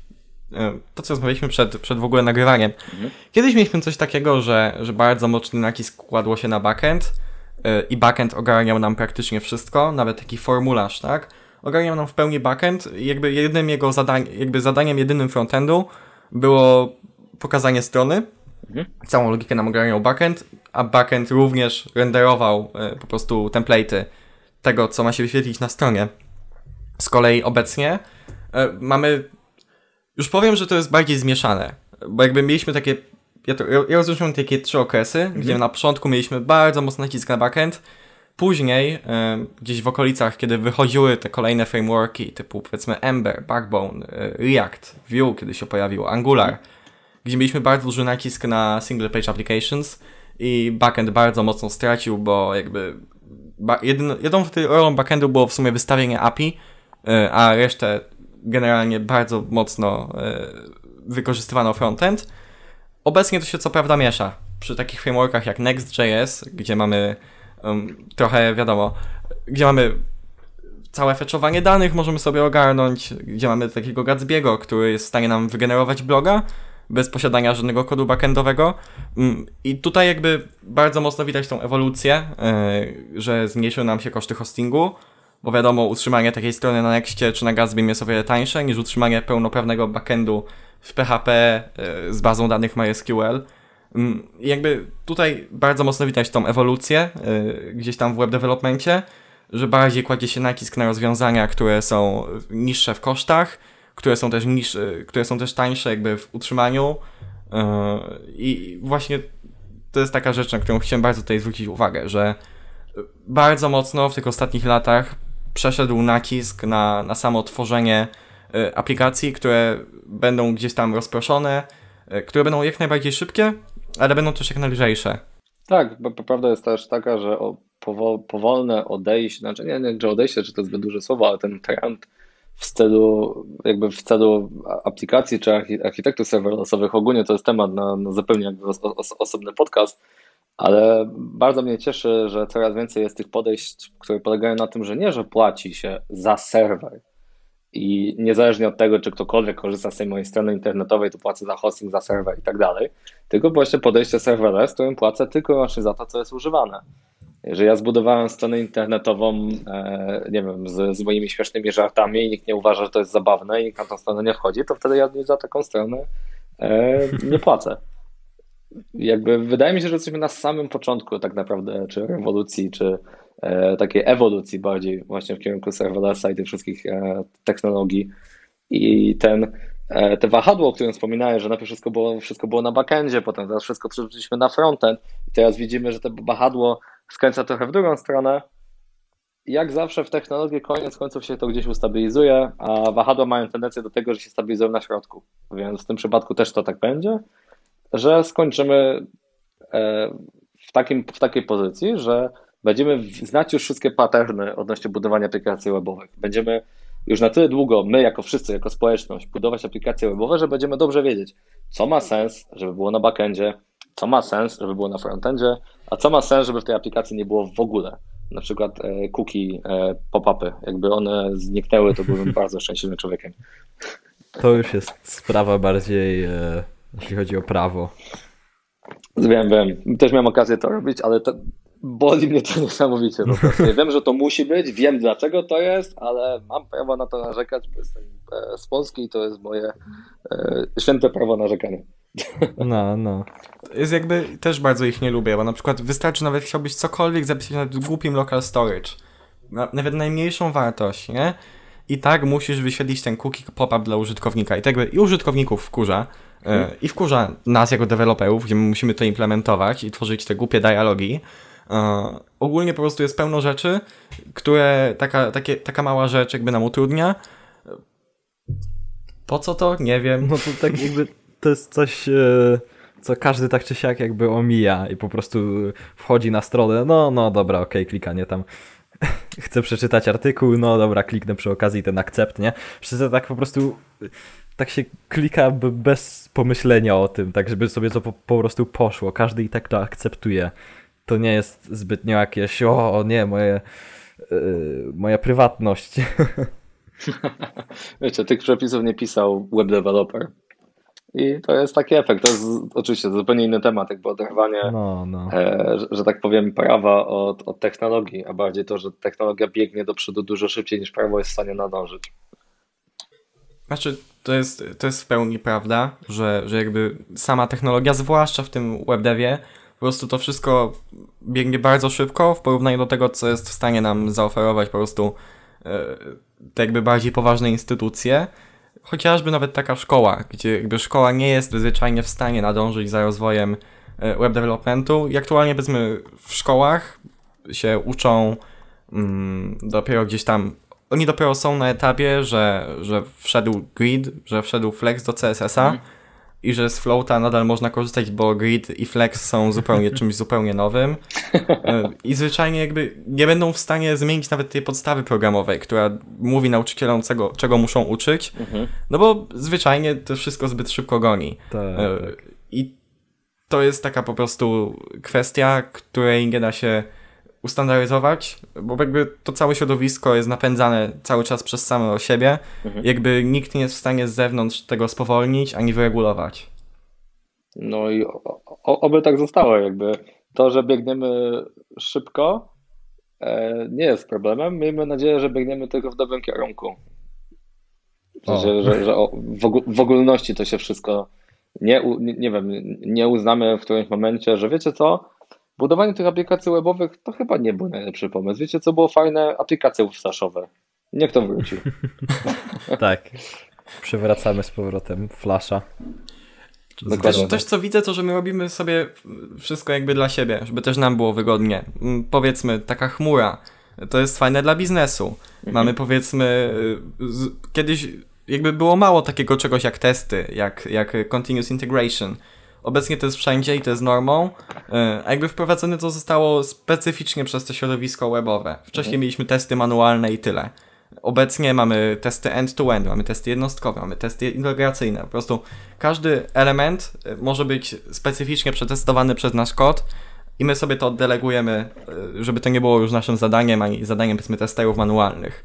to co rozmawialiśmy przed w ogóle nagrywaniem. Kiedyś mieliśmy coś takiego, że bardzo mocny nacisk kładło się na backend i backend ogarniał nam praktycznie wszystko, nawet taki formularz, tak? Ogarniał nam w pełni backend i jakby jedynym jego zadaniem jedynym frontendu było pokazanie strony. Całą logikę nam ogarniał backend, a backend również renderował po prostu template'y tego, co ma się wyświetlić na stronie. Z kolei obecnie mamy... Już powiem, że to jest bardziej zmieszane, bo jakby mieliśmy takie... Ja rozróżniam takie 3 okresy, gdzie na początku mieliśmy bardzo mocny nacisk na backend, później gdzieś w okolicach, kiedy wychodziły te kolejne frameworki typu powiedzmy Ember, Backbone, React, Vue, kiedy się pojawił, Angular, gdzie mieliśmy bardzo duży nacisk na single page applications i backend bardzo mocno stracił, bo jakby jedną rolą backendu było w sumie wystawienie API, a resztę generalnie bardzo mocno wykorzystywano frontend. Obecnie to się co prawda miesza. Przy takich frameworkach jak Next.js, gdzie mamy trochę, wiadomo, gdzie mamy całe fetchowanie danych, możemy sobie ogarnąć, gdzie mamy takiego Gatsby'ego, który jest w stanie nam wygenerować bloga bez posiadania żadnego kodu backendowego. I tutaj jakby bardzo mocno widać tą ewolucję, że zmniejszyły nam się koszty hostingu, bo wiadomo, utrzymanie takiej strony na Nexcie czy na Gatsbym jest o wiele tańsze niż utrzymanie pełnoprawnego backendu w PHP z bazą danych MySQL. I jakby tutaj bardzo mocno widać tą ewolucję gdzieś tam w web developmencie, że bardziej kładzie się nacisk na rozwiązania, które są niższe w kosztach, które są też tańsze jakby w utrzymaniu i właśnie to jest taka rzecz, na którą chciałem bardzo tutaj zwrócić uwagę, że bardzo mocno w tych ostatnich latach przeszedł nacisk na samo tworzenie aplikacji, które będą gdzieś tam rozproszone, które będą jak najbardziej szybkie, ale będą też jak najlżejsze. Tak, bo prawda jest też taka, że powolne odejście, znaczy nie, że odejście, czy to jest zbyt duże słowo, ale ten trend w stylu aplikacji czy architektów serverlessowych ogólnie to jest temat na zupełnie jakby osobny podcast, ale bardzo mnie cieszy, że coraz więcej jest tych podejść, które polegają na tym, że płaci się za serwer i niezależnie od tego, czy ktokolwiek korzysta z tej mojej strony internetowej, to płacę za hosting, za serwer i tak dalej, tylko właśnie podejście serverless, którym płacę tylko i wyłącznie za to, co jest używane. Jeżeli ja zbudowałem stronę internetową, nie wiem, z moimi śmiesznymi żartami i nikt nie uważa, że to jest zabawne i nikt na tą stronę nie wchodzi, to wtedy ja za taką stronę nie płacę. Jakby wydaje mi się, że jesteśmy na samym początku tak naprawdę, czy rewolucji, czy takiej ewolucji bardziej właśnie w kierunku serverlessa i tych wszystkich technologii. I te wahadło, o którym wspominałem, że najpierw wszystko było na backendzie, potem teraz wszystko przerzuciliśmy na frontend i teraz widzimy, że to wahadło skręca trochę w drugą stronę. Jak zawsze w technologii koniec końców się to gdzieś ustabilizuje, a wahadła mają tendencję do tego, że się stabilizują na środku. Więc w tym przypadku też to tak będzie, że skończymy w takiej pozycji, że będziemy znać już wszystkie patterny odnośnie budowania aplikacji webowych. Będziemy już na tyle długo, my jako wszyscy, jako społeczność, budować aplikacje webowe, że będziemy dobrze wiedzieć, co ma sens, żeby było na backendzie, co ma sens, żeby było na frontendzie, a co ma sens, żeby w tej aplikacji nie było w ogóle. Na przykład cookie, pop-upy. Jakby one zniknęły, to byłbym bardzo szczęśliwym człowiekiem. To już jest sprawa bardziej, jeśli chodzi o prawo. Wiem. Też miałem okazję to robić, ale boli mnie to niesamowicie. Po prostu. Ja wiem, że to musi być, wiem dlaczego to jest, ale mam prawo na to narzekać, bo jestem z Polski i to jest moje święte prawo narzekania. No. Jest jakby, też bardzo ich nie lubię, bo na przykład wystarczy nawet chciałbyś cokolwiek zapisać na głupim local storage. Nawet najmniejszą wartość, nie? I tak musisz wyświetlić ten cookie pop-up dla użytkownika. I tak i użytkowników wkurza. I wkurza nas jako deweloperów, gdzie my musimy to implementować i tworzyć te głupie dialogi. Ogólnie po prostu jest pełno rzeczy, które taka mała rzecz jakby nam utrudnia. Po co to? Nie wiem. No to tak jakby to jest coś, co każdy tak czy siak jakby omija i po prostu wchodzi na stronę, no dobra, okej, klikanie tam. Chcę przeczytać artykuł, no dobra, kliknę przy okazji ten akcept, nie? Wszyscy tak po prostu tak się klika bez pomyślenia o tym, tak żeby sobie to po prostu poszło. Każdy i tak to akceptuje. To nie jest zbytnio jakieś, moja prywatność. Wiecie, tych przepisów nie pisał web developer. I to jest taki efekt. To jest oczywiście zupełnie inny temat, jakby oderwanie, że tak powiem, prawa od technologii, a bardziej to, że technologia biegnie do przodu dużo szybciej niż prawo jest w stanie nadążyć. Znaczy, to jest w pełni prawda, że jakby sama technologia, zwłaszcza w tym webdevie, po prostu to wszystko biegnie bardzo szybko w porównaniu do tego, co jest w stanie nam zaoferować po prostu te jakby bardziej poważne instytucje. Chociażby nawet taka szkoła, gdzie jakby szkoła nie jest zwyczajnie w stanie nadążyć za rozwojem web developmentu i aktualnie powiedzmy w szkołach się uczą dopiero gdzieś tam, oni dopiero są na etapie, że wszedł grid, że wszedł flex do CSS-a i że z floata nadal można korzystać, bo grid i flex są zupełnie czymś zupełnie nowym i zwyczajnie jakby nie będą w stanie zmienić nawet tej podstawy programowej, która mówi nauczycielom czego muszą uczyć, no bo zwyczajnie to wszystko zbyt szybko goni. Tak. I to jest taka po prostu kwestia, której nie da się ustandaryzować, bo jakby to całe środowisko jest napędzane cały czas przez samo siebie, jakby nikt nie jest w stanie z zewnątrz tego spowolnić ani wyregulować. No i oby tak zostało, jakby to, że biegniemy szybko nie jest problemem, miejmy nadzieję, że biegniemy tylko w dobrym kierunku. Że w ogólności to się wszystko nie uznamy w którymś momencie, że wiecie co, budowanie tych aplikacji webowych to chyba nie był najlepszy pomysł. Wiecie co było fajne? Aplikacje flashowe. Niech to wróci. Tak. Przywracamy z powrotem Flasha. Też co widzę, to że my robimy sobie wszystko jakby dla siebie, żeby też nam było wygodnie. Powiedzmy, taka chmura, to jest fajne dla biznesu. Mamy powiedzmy, kiedyś jakby było mało takiego czegoś jak testy, jak continuous integration. Obecnie to jest wszędzie i to jest normą, a jakby wprowadzone to zostało specyficznie przez to środowisko webowe. Wcześniej mieliśmy testy manualne i tyle. Obecnie mamy testy end-to-end, mamy testy jednostkowe, mamy testy integracyjne. Po prostu każdy element może być specyficznie przetestowany przez nasz kod i my sobie to oddelegujemy, żeby to nie było już naszym zadaniem, ani zadaniem powiedzmy testerów manualnych.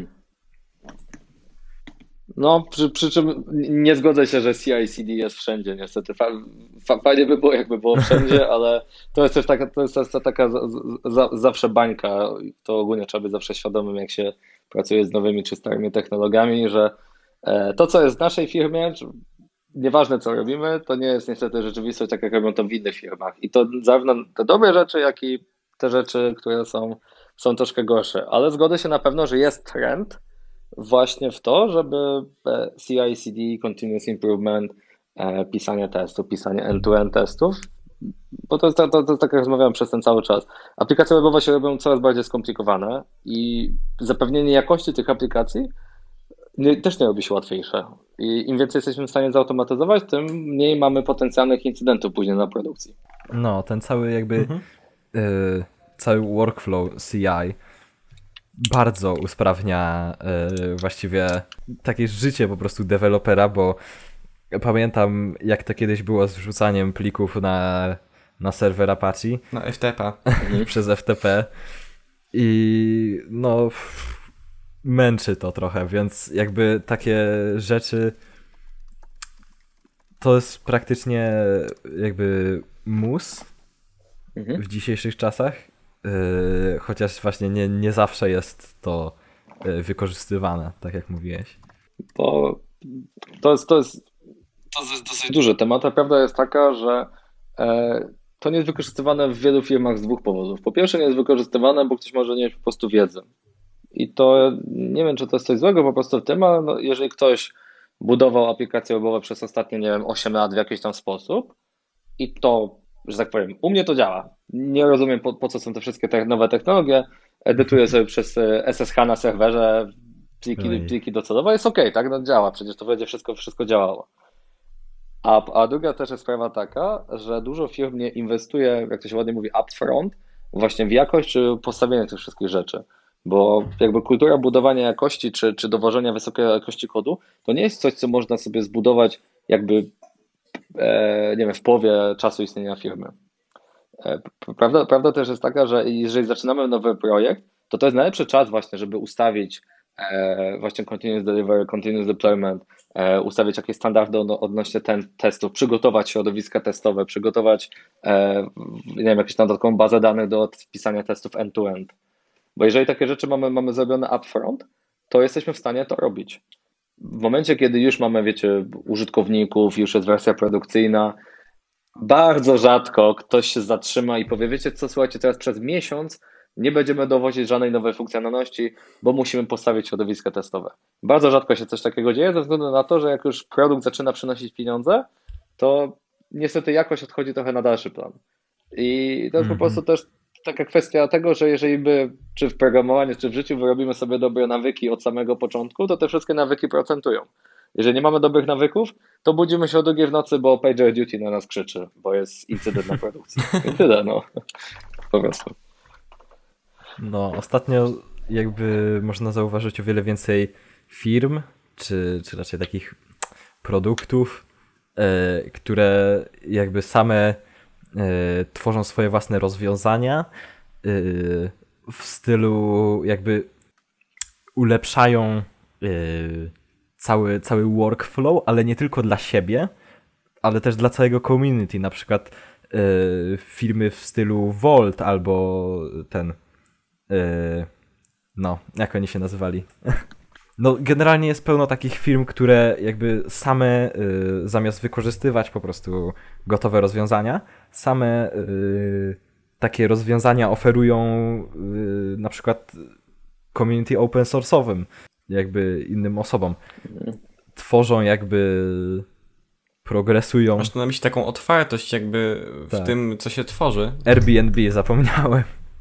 No, przy czym nie zgodzę się, że CI/CD jest wszędzie, niestety. Fajnie by było, jakby było wszędzie, ale to jest też taka zawsze bańka. To ogólnie trzeba być zawsze świadomym, jak się pracuje z nowymi czy starymi technologiami, że to, co jest w naszej firmie, nieważne co robimy, to nie jest niestety rzeczywistość, tak jak robią to w innych firmach. I to zarówno te dobre rzeczy, jak i te rzeczy, które są troszkę gorsze. Ale zgodzę się na pewno, że jest trend właśnie w to, żeby CI/CD, Continuous Improvement, pisanie testów, pisanie end-to-end testów, bo to jest tak, jak rozmawiałem przez ten cały czas. Aplikacje webowe się robią coraz bardziej skomplikowane i zapewnienie jakości tych aplikacji też nie robi się łatwiejsze. I im więcej jesteśmy w stanie zautomatyzować, tym mniej mamy potencjalnych incydentów później na produkcji. No, ten cały jakby cały workflow CI bardzo usprawnia właściwie takie życie po prostu dewelopera, bo pamiętam jak to kiedyś było z wrzucaniem plików na serwer Apache. Na FTP. Przez FTP. I no męczy to trochę, więc jakby takie rzeczy to jest praktycznie jakby mus w dzisiejszych czasach. Chociaż właśnie nie zawsze jest to wykorzystywane, tak jak mówiłeś. Bo to jest dosyć duży temat. A prawda jest taka, że to nie jest wykorzystywane w wielu firmach z dwóch powodów. Po pierwsze, nie jest wykorzystywane, bo ktoś może nie mieć po prostu wiedzy. I to nie wiem, czy to jest coś złego po prostu w tym, ale no, jeżeli ktoś budował aplikacje webowe przez ostatnie, nie wiem, 8 lat w jakiś tam sposób i to, że tak powiem, u mnie to działa. Nie rozumiem, po co są te wszystkie nowe technologie. Edytuję sobie przez SSH na serwerze pliki docelowe. Jest okej, tak? No działa, przecież to będzie wszystko działało. A druga też jest sprawa taka, że dużo firm nie inwestuje, jak to się ładnie mówi, upfront, właśnie w jakość czy postawienie tych wszystkich rzeczy. Bo jakby kultura budowania jakości czy dowożenia wysokiej jakości kodu, to nie jest coś, co można sobie zbudować jakby nie wiem, w połowie czasu istnienia firmy. Prawda też jest taka, że jeżeli zaczynamy nowy projekt, to jest najlepszy czas właśnie, żeby ustawić właśnie continuous delivery, continuous deployment, ustawić jakieś standardy odnośnie testów, przygotować środowiska testowe, przygotować nie wiem, jakąś dodatkową bazę danych do wpisania testów end-to-end. Bo jeżeli takie rzeczy mamy zrobione upfront, to jesteśmy w stanie to robić. W momencie, kiedy już mamy, wiecie, użytkowników, już jest wersja produkcyjna, bardzo rzadko ktoś się zatrzyma i powie, wiecie co, słuchajcie, teraz przez miesiąc nie będziemy dowozić żadnej nowej funkcjonalności, bo musimy postawić środowiska testowe. Bardzo rzadko się coś takiego dzieje, ze względu na to, że jak już produkt zaczyna przynosić pieniądze, to niestety jakość odchodzi trochę na dalszy plan. I to jest po prostu też taka kwestia tego, że jeżeli my, czy w programowaniu, czy w życiu wyrobimy sobie dobre nawyki od samego początku, to te wszystkie nawyki procentują. Jeżeli nie mamy dobrych nawyków, to budzimy się o 2 w nocy, bo PagerDuty na nas krzyczy, bo jest incydent na produkcji. I tyle, no. Po prostu. No, ostatnio jakby można zauważyć o wiele więcej firm, czy raczej takich produktów, które jakby same tworzą swoje własne rozwiązania w stylu jakby ulepszają cały workflow, ale nie tylko dla siebie, ale też dla całego community, na przykład firmy w stylu Volt albo no, jak oni się nazywali? No, generalnie jest pełno takich firm, które jakby same zamiast wykorzystywać po prostu gotowe rozwiązania, same takie rozwiązania oferują na przykład community open source'owym, jakby innym osobom. Tworzą jakby, progresują. Masz tu na myśli taką otwartość jakby w tym, co się tworzy. Airbnb, zapomniałem.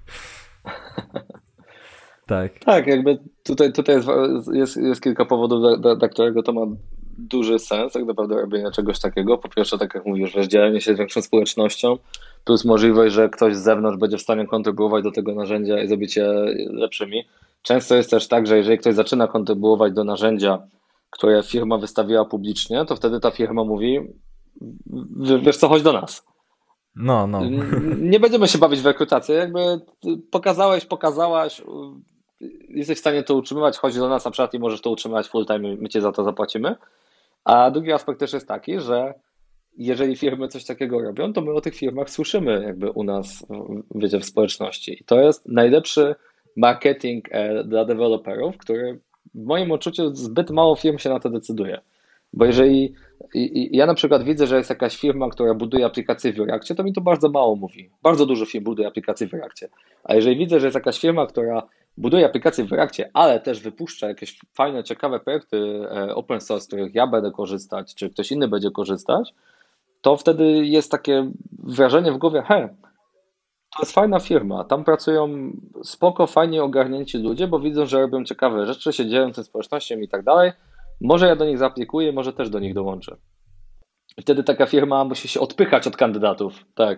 Tak, jakby tutaj jest kilka powodów, dla którego to ma duży sens, tak naprawdę robienia czegoś takiego. Po pierwsze, tak jak mówisz, rozdzielenie się z większą społecznością, plus możliwość, że ktoś z zewnątrz będzie w stanie kontrybuować do tego narzędzia i zrobić je lepszymi. Często jest też tak, że jeżeli ktoś zaczyna kontrybuować do narzędzia, które firma wystawiła publicznie, to wtedy ta firma mówi, wiesz co, chodź do nas. No. Nie będziemy się bawić w rekrutację, jakby pokazałaś, jesteś w stanie to utrzymywać, chodź do nas na przykład i możesz to utrzymywać full time, my cię za to zapłacimy. A drugi aspekt też jest taki, że jeżeli firmy coś takiego robią, to my o tych firmach słyszymy jakby u nas, wiecie, w społeczności. I to jest najlepszy marketing dla deweloperów, który w moim odczuciu zbyt mało firm się na to decyduje. Bo jeżeli ja na przykład widzę, że jest jakaś firma, która buduje aplikacje w Reactie, to mi to bardzo mało mówi. Bardzo dużo firm buduje aplikacje w Reactie. A jeżeli widzę, że jest jakaś firma, która buduje aplikacje w Reactie, ale też wypuszcza jakieś fajne, ciekawe projekty open source, z których ja będę korzystać, czy ktoś inny będzie korzystać, to wtedy jest takie wrażenie w głowie, to jest fajna firma, tam pracują spoko, fajnie ogarnięci ludzie, bo widzą, że robią ciekawe rzeczy, się dzieją ze społecznością i tak dalej. Może ja do nich zaaplikuję, może też do nich dołączę. I wtedy taka firma musi się odpychać od kandydatów, tak.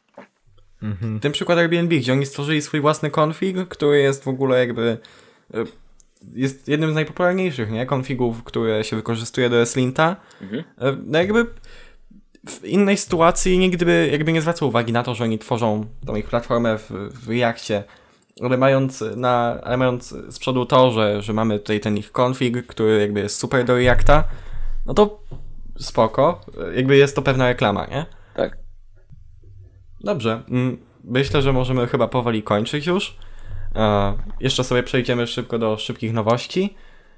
Ten przykład Airbnb, gdzie oni stworzyli swój własny config, który jest w ogóle jakby jest jednym z najpopularniejszych, nie? Konfigów, które się wykorzystuje do Eslinta. No jakby w innej sytuacji nigdy by jakby nie zwracał uwagi na to, że oni tworzą tą ich platformę w Reactie, ale mając z przodu to, że mamy tutaj ten ich config, który jakby jest super do Reacta, no to spoko, jakby jest to pewna reklama, nie? Tak. Dobrze, myślę, że możemy chyba powoli kończyć już. Jeszcze sobie przejdziemy szybko do szybkich nowości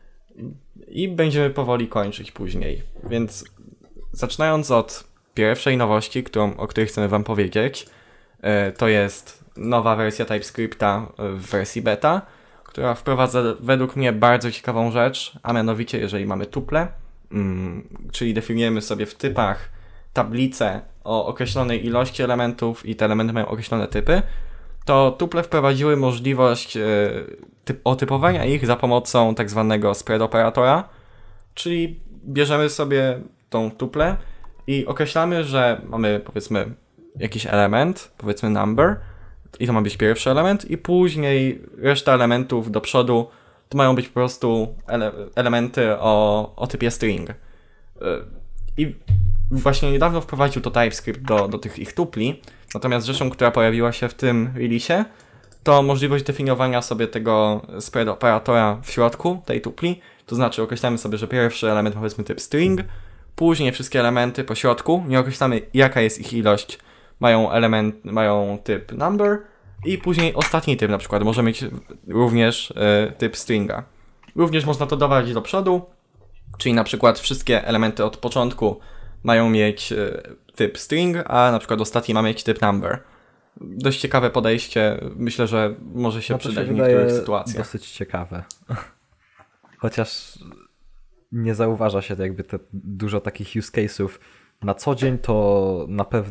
i będziemy powoli kończyć później. Więc zaczynając od pierwszej nowości, o której chcemy wam powiedzieć, to jest nowa wersja TypeScripta w wersji beta, która wprowadza według mnie bardzo ciekawą rzecz, a mianowicie jeżeli mamy tuple, czyli definiujemy sobie w typach tablicę o określonej ilości elementów i te elementy mają określone typy, to tuple wprowadziły możliwość otypowania ich za pomocą tak zwanego spread operatora, czyli bierzemy sobie tą tuplę i określamy, że mamy powiedzmy jakiś element, powiedzmy number, i to ma być pierwszy element, i później reszta elementów do przodu to mają być po prostu elementy o typie string. I właśnie niedawno wprowadził to TypeScript do tych ich tupli, natomiast rzeczą, która pojawiła się w tym release'ie, to możliwość definiowania sobie tego spread operatora w środku tej tupli, to znaczy określamy sobie, że pierwszy element ma powiedzmy typ string, później wszystkie elementy po środku, nie określamy jaka jest ich ilość, mają typ number i później ostatni typ na przykład może mieć również typ stringa. Również można to dodawać do przodu, czyli na przykład wszystkie elementy od początku mają mieć typ string, a na przykład ostatni ma mieć typ number. Dość ciekawe podejście, myślę, że może się przydać w niektórych sytuacjach. Dosyć ciekawe. Chociaż nie zauważa się jakby dużo takich use case'ów na co dzień, to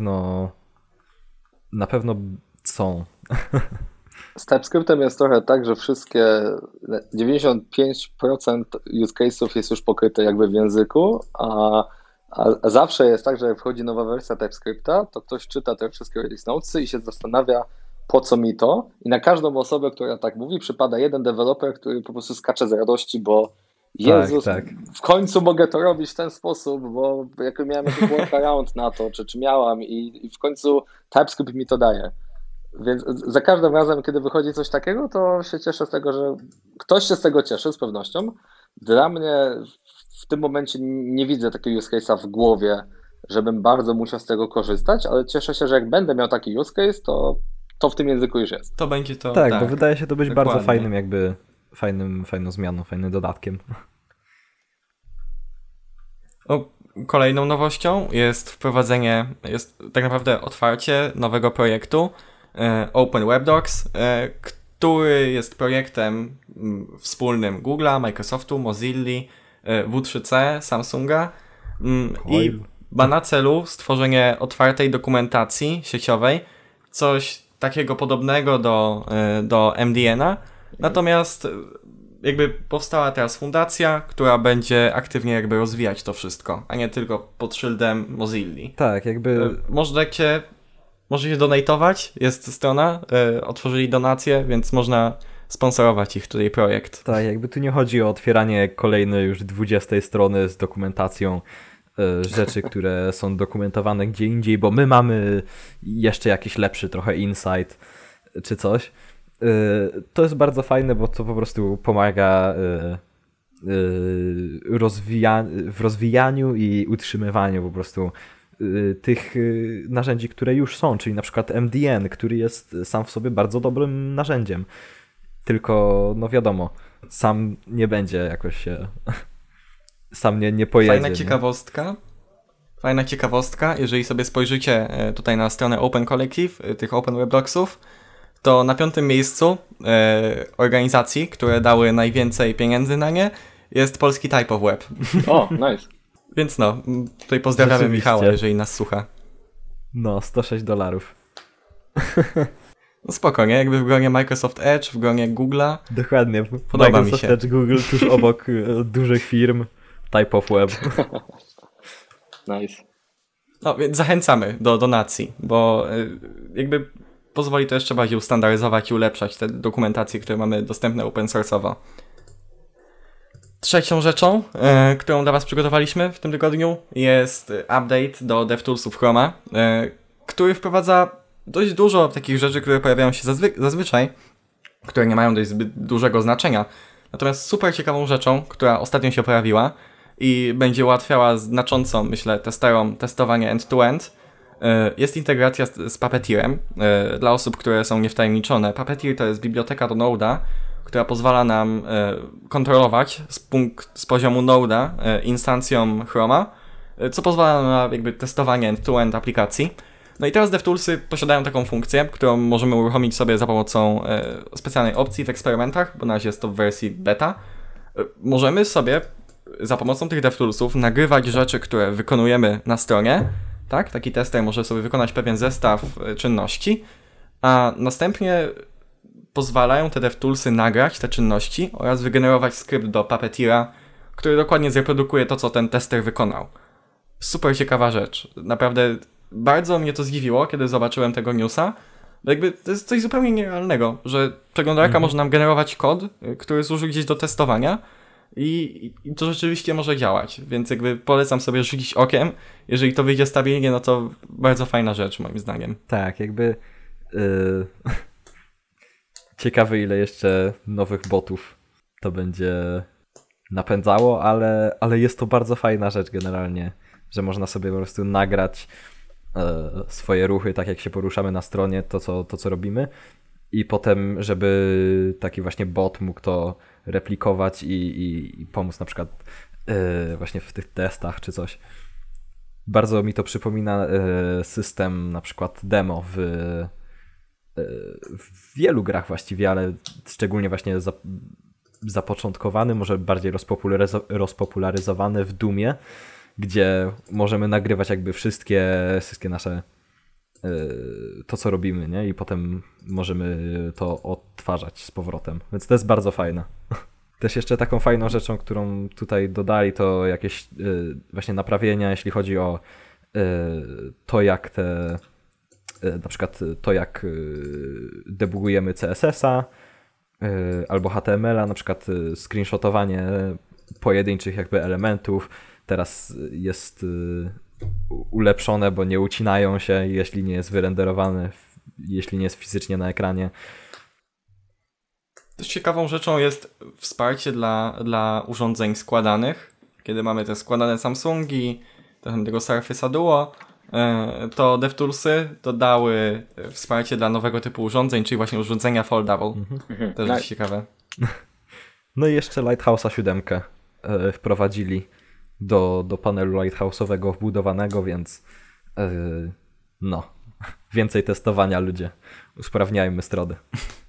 na pewno są. Z TypeScriptem jest trochę tak, że wszystkie 95% use case'ów jest już pokryte jakby w języku, a zawsze jest tak, że jak wchodzi nowa wersja TypeScripta, to ktoś czyta te wszystkie release notesy i się zastanawia, po co mi to, i na każdą osobę, która tak mówi, przypada jeden deweloper, który po prostu skacze z radości, bo Jezus, tak. W końcu mogę to robić w ten sposób, bo jak miałem jakiś workaround na to, czy miałam i w końcu TypeScript mi to daje. Więc za każdym razem, kiedy wychodzi coś takiego, to się cieszę z tego, że ktoś się z tego cieszy z pewnością. Dla mnie w tym momencie nie widzę takiego use case'a w głowie, żebym bardzo musiał z tego korzystać, ale cieszę się, że jak będę miał taki use case, to w tym języku już jest. To będzie to. Tak, bo wydaje się to być dokładnie. Bardzo fajnym fajną zmianą, fajnym dodatkiem. Kolejną nowością jest tak naprawdę otwarcie nowego projektu Open Web Docs, który jest projektem wspólnym Google'a, Microsoftu, Mozilli, W3C, Samsunga i ma na celu stworzenie otwartej dokumentacji sieciowej, coś takiego podobnego do MDN-a, natomiast jakby powstała teraz fundacja, która będzie aktywnie jakby rozwijać to wszystko, a nie tylko pod szyldem Mozilli. Tak, jakby... Może się donatować, jest strona, otworzyli donacje, więc można sponsorować ich tutaj projekt. Tak, jakby tu nie chodzi o otwieranie kolejnej już 20 strony z dokumentacją rzeczy, które są dokumentowane gdzie indziej, bo my mamy jeszcze jakiś lepszy trochę insight czy coś. To jest bardzo fajne, bo to po prostu pomaga w rozwijaniu i utrzymywaniu po prostu tych narzędzi, które już są, czyli na przykład MDN, który jest sam w sobie bardzo dobrym narzędziem. Tylko, no wiadomo, sam nie będzie jakoś się... sam nie pojedzie. Fajna ciekawostka, jeżeli sobie spojrzycie tutaj na stronę Open Collective, tych Open Web Docsów, to na 5. miejscu organizacji, które dały najwięcej pieniędzy na nie, jest polski Type of Web. O, nice. Więc no, tutaj pozdrawiamy Michała, jeżeli nas słucha. No, $106. No spoko, nie? Jakby w gronie Microsoft Edge, w gronie Google'a. Dokładnie. Podoba Microsoft mi się. Edge, Google, tuż obok dużych firm, Type of Web. Nice. No, więc zachęcamy do donacji, bo jakby pozwoli to jeszcze bardziej ustandaryzować i ulepszać te dokumentacje, które mamy dostępne open source'owo. Trzecią rzeczą, którą dla Was przygotowaliśmy w tym tygodniu, jest update do DevToolsów Chroma, który wprowadza dość dużo takich rzeczy, które pojawiają się zazwyczaj, które nie mają dość zbyt dużego znaczenia. Natomiast super ciekawą rzeczą, która ostatnio się pojawiła i będzie ułatwiała znacząco, myślę, testerom testowanie end-to-end, jest integracja z Puppeteerem. Dla osób, które są niewtajemniczone, Puppeteer to jest biblioteka do Node'a, która pozwala nam kontrolować z poziomu Node'a instancją Chroma, co pozwala na jakby testowanie end-to-end aplikacji. No i teraz DevToolsy posiadają taką funkcję, którą możemy uruchomić sobie za pomocą specjalnej opcji w eksperymentach, bo na razie jest to w wersji beta. Możemy sobie za pomocą tych DevToolsów nagrywać rzeczy, które wykonujemy na stronie. Tak? Taki tester może sobie wykonać pewien zestaw czynności, a następnie pozwalają te DevToolsy nagrać te czynności oraz wygenerować skrypt do Puppeteera, który dokładnie zreprodukuje to, co ten tester wykonał. Super ciekawa rzecz. Naprawdę bardzo mnie to zdziwiło, kiedy zobaczyłem tego newsa. Jakby to jest coś zupełnie nierealnego, że przeglądarka może nam generować kod, który służy gdzieś do testowania i to rzeczywiście może działać, więc jakby polecam sobie rzucić okiem. Jeżeli to wyjdzie stabilnie, no to bardzo fajna rzecz moim zdaniem. Tak, jakby Ciekawy, ile jeszcze nowych botów to będzie napędzało, ale jest to bardzo fajna rzecz generalnie, że można sobie po prostu nagrać swoje ruchy, tak jak się poruszamy na stronie, to co robimy i potem, żeby taki właśnie bot mógł to replikować i pomóc na przykład właśnie w tych testach czy coś. Bardzo mi to przypomina system na przykład demo w wielu grach właściwie, ale szczególnie właśnie zapoczątkowany, może bardziej rozpopularyzowany w Doomie, gdzie możemy nagrywać jakby wszystkie nasze to, co robimy, nie? I potem możemy to odtwarzać z powrotem. Więc to jest bardzo fajne. Też jeszcze taką fajną rzeczą, którą tutaj dodali, to jakieś właśnie naprawienia, jeśli chodzi o to, jak na przykład to, jak debugujemy CSS-a albo HTML-a, na przykład screenshotowanie pojedynczych jakby elementów teraz jest ulepszone, bo nie ucinają się, jeśli nie jest wyrenderowane, jeśli nie jest fizycznie na ekranie. Też ciekawą rzeczą jest wsparcie dla urządzeń składanych. Kiedy mamy te składane Samsungi, tego Surface'a Duo, to DevToolsy dodały wsparcie dla nowego typu urządzeń, czyli właśnie urządzenia foldable. Też jest ciekawe. No i jeszcze Lighthouse'a 7 wprowadzili do panelu Lighthouse'owego wbudowanego, więc no, więcej testowania ludzie. Usprawniajmy strony.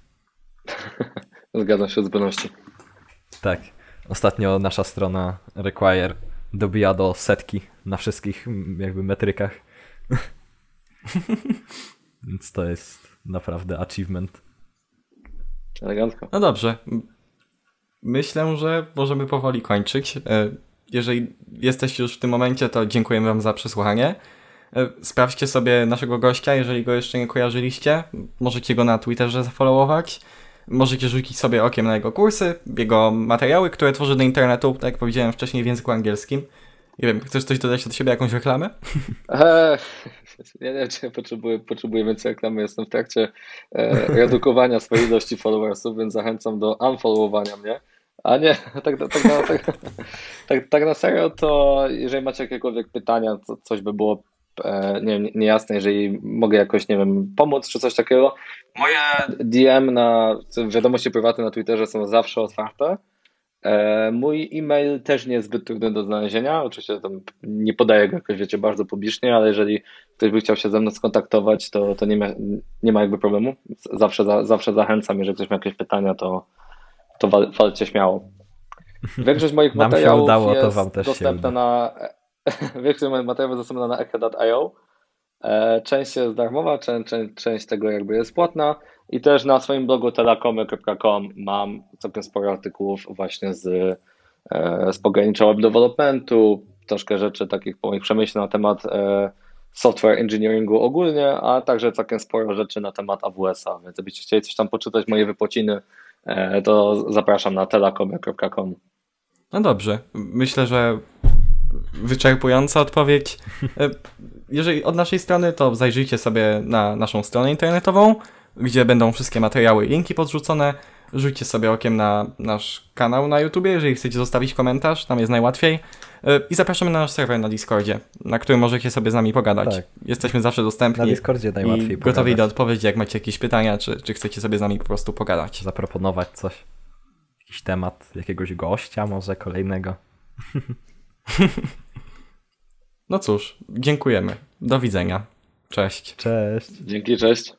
Zgadzam się z zupełności. Tak. Ostatnio nasza strona Require dobija do 100 na wszystkich jakby metrykach. Więc to jest naprawdę achievement. Elegancko. No dobrze. Myślę, że możemy powoli kończyć. Jeżeli jesteście już w tym momencie, to dziękujemy wam za przesłuchanie. Sprawdźcie sobie naszego gościa, jeżeli go jeszcze nie kojarzyliście. Możecie go na Twitterze zafollowować. Możecie rzucić sobie okiem na jego kursy, jego materiały, które tworzy do internetu, tak jak powiedziałem wcześniej, w języku angielskim. Nie wiem, chcesz coś dodać od siebie, jakąś reklamę? Ja nie wiem, czy potrzebuję więcej reklamy. Jestem w trakcie redukowania swojej ilości followersów, więc zachęcam do unfollowowania mnie. A nie, tak na serio, to jeżeli macie jakiekolwiek pytania, coś by było nie wiem, niejasne, jeżeli mogę jakoś, nie wiem, pomóc czy coś takiego. Moje DM na wiadomości prywatne na Twitterze są zawsze otwarte. Mój e-mail też nie jest zbyt trudny do znalezienia. Oczywiście tam nie podaję go jakoś, wiecie, bardzo publicznie, ale jeżeli ktoś by chciał się ze mną skontaktować, to nie ma jakby problemu. Zawsze zachęcam, jeżeli ktoś ma jakieś pytania, to walcie śmiało. Większość moich materiałów udało, jest to wam też dostępna na większość moich materiałów jest dostępna na echo.io. Część jest darmowa, część tego jakby jest płatna i też na swoim blogu telakomy.com mam całkiem sporo artykułów właśnie z pogranicza web developmentu, troszkę rzeczy takich moich przemyśleń na temat software engineeringu ogólnie, a także całkiem sporo rzeczy na temat AWS-a, więc gdybyście chcieli coś tam poczytać, moje wypociny, to zapraszam na telakomy.com. No dobrze, myślę, że wyczerpująca odpowiedź. Jeżeli od naszej strony, to zajrzyjcie sobie na naszą stronę internetową, gdzie będą wszystkie materiały i linki podrzucone. Rzućcie sobie okiem na nasz kanał na YouTubie, jeżeli chcecie zostawić komentarz, tam jest najłatwiej. I zapraszamy na nasz serwer na Discordzie, na którym możecie sobie z nami pogadać. Tak. Jesteśmy zawsze dostępni. Na Discordzie najłatwiej i gotowi do odpowiedzi, jak macie jakieś pytania, czy chcecie sobie z nami po prostu pogadać. Zaproponować coś. Jakiś temat, jakiegoś gościa może kolejnego. No cóż, dziękujemy. Do widzenia. Cześć. Cześć. Dzięki, cześć.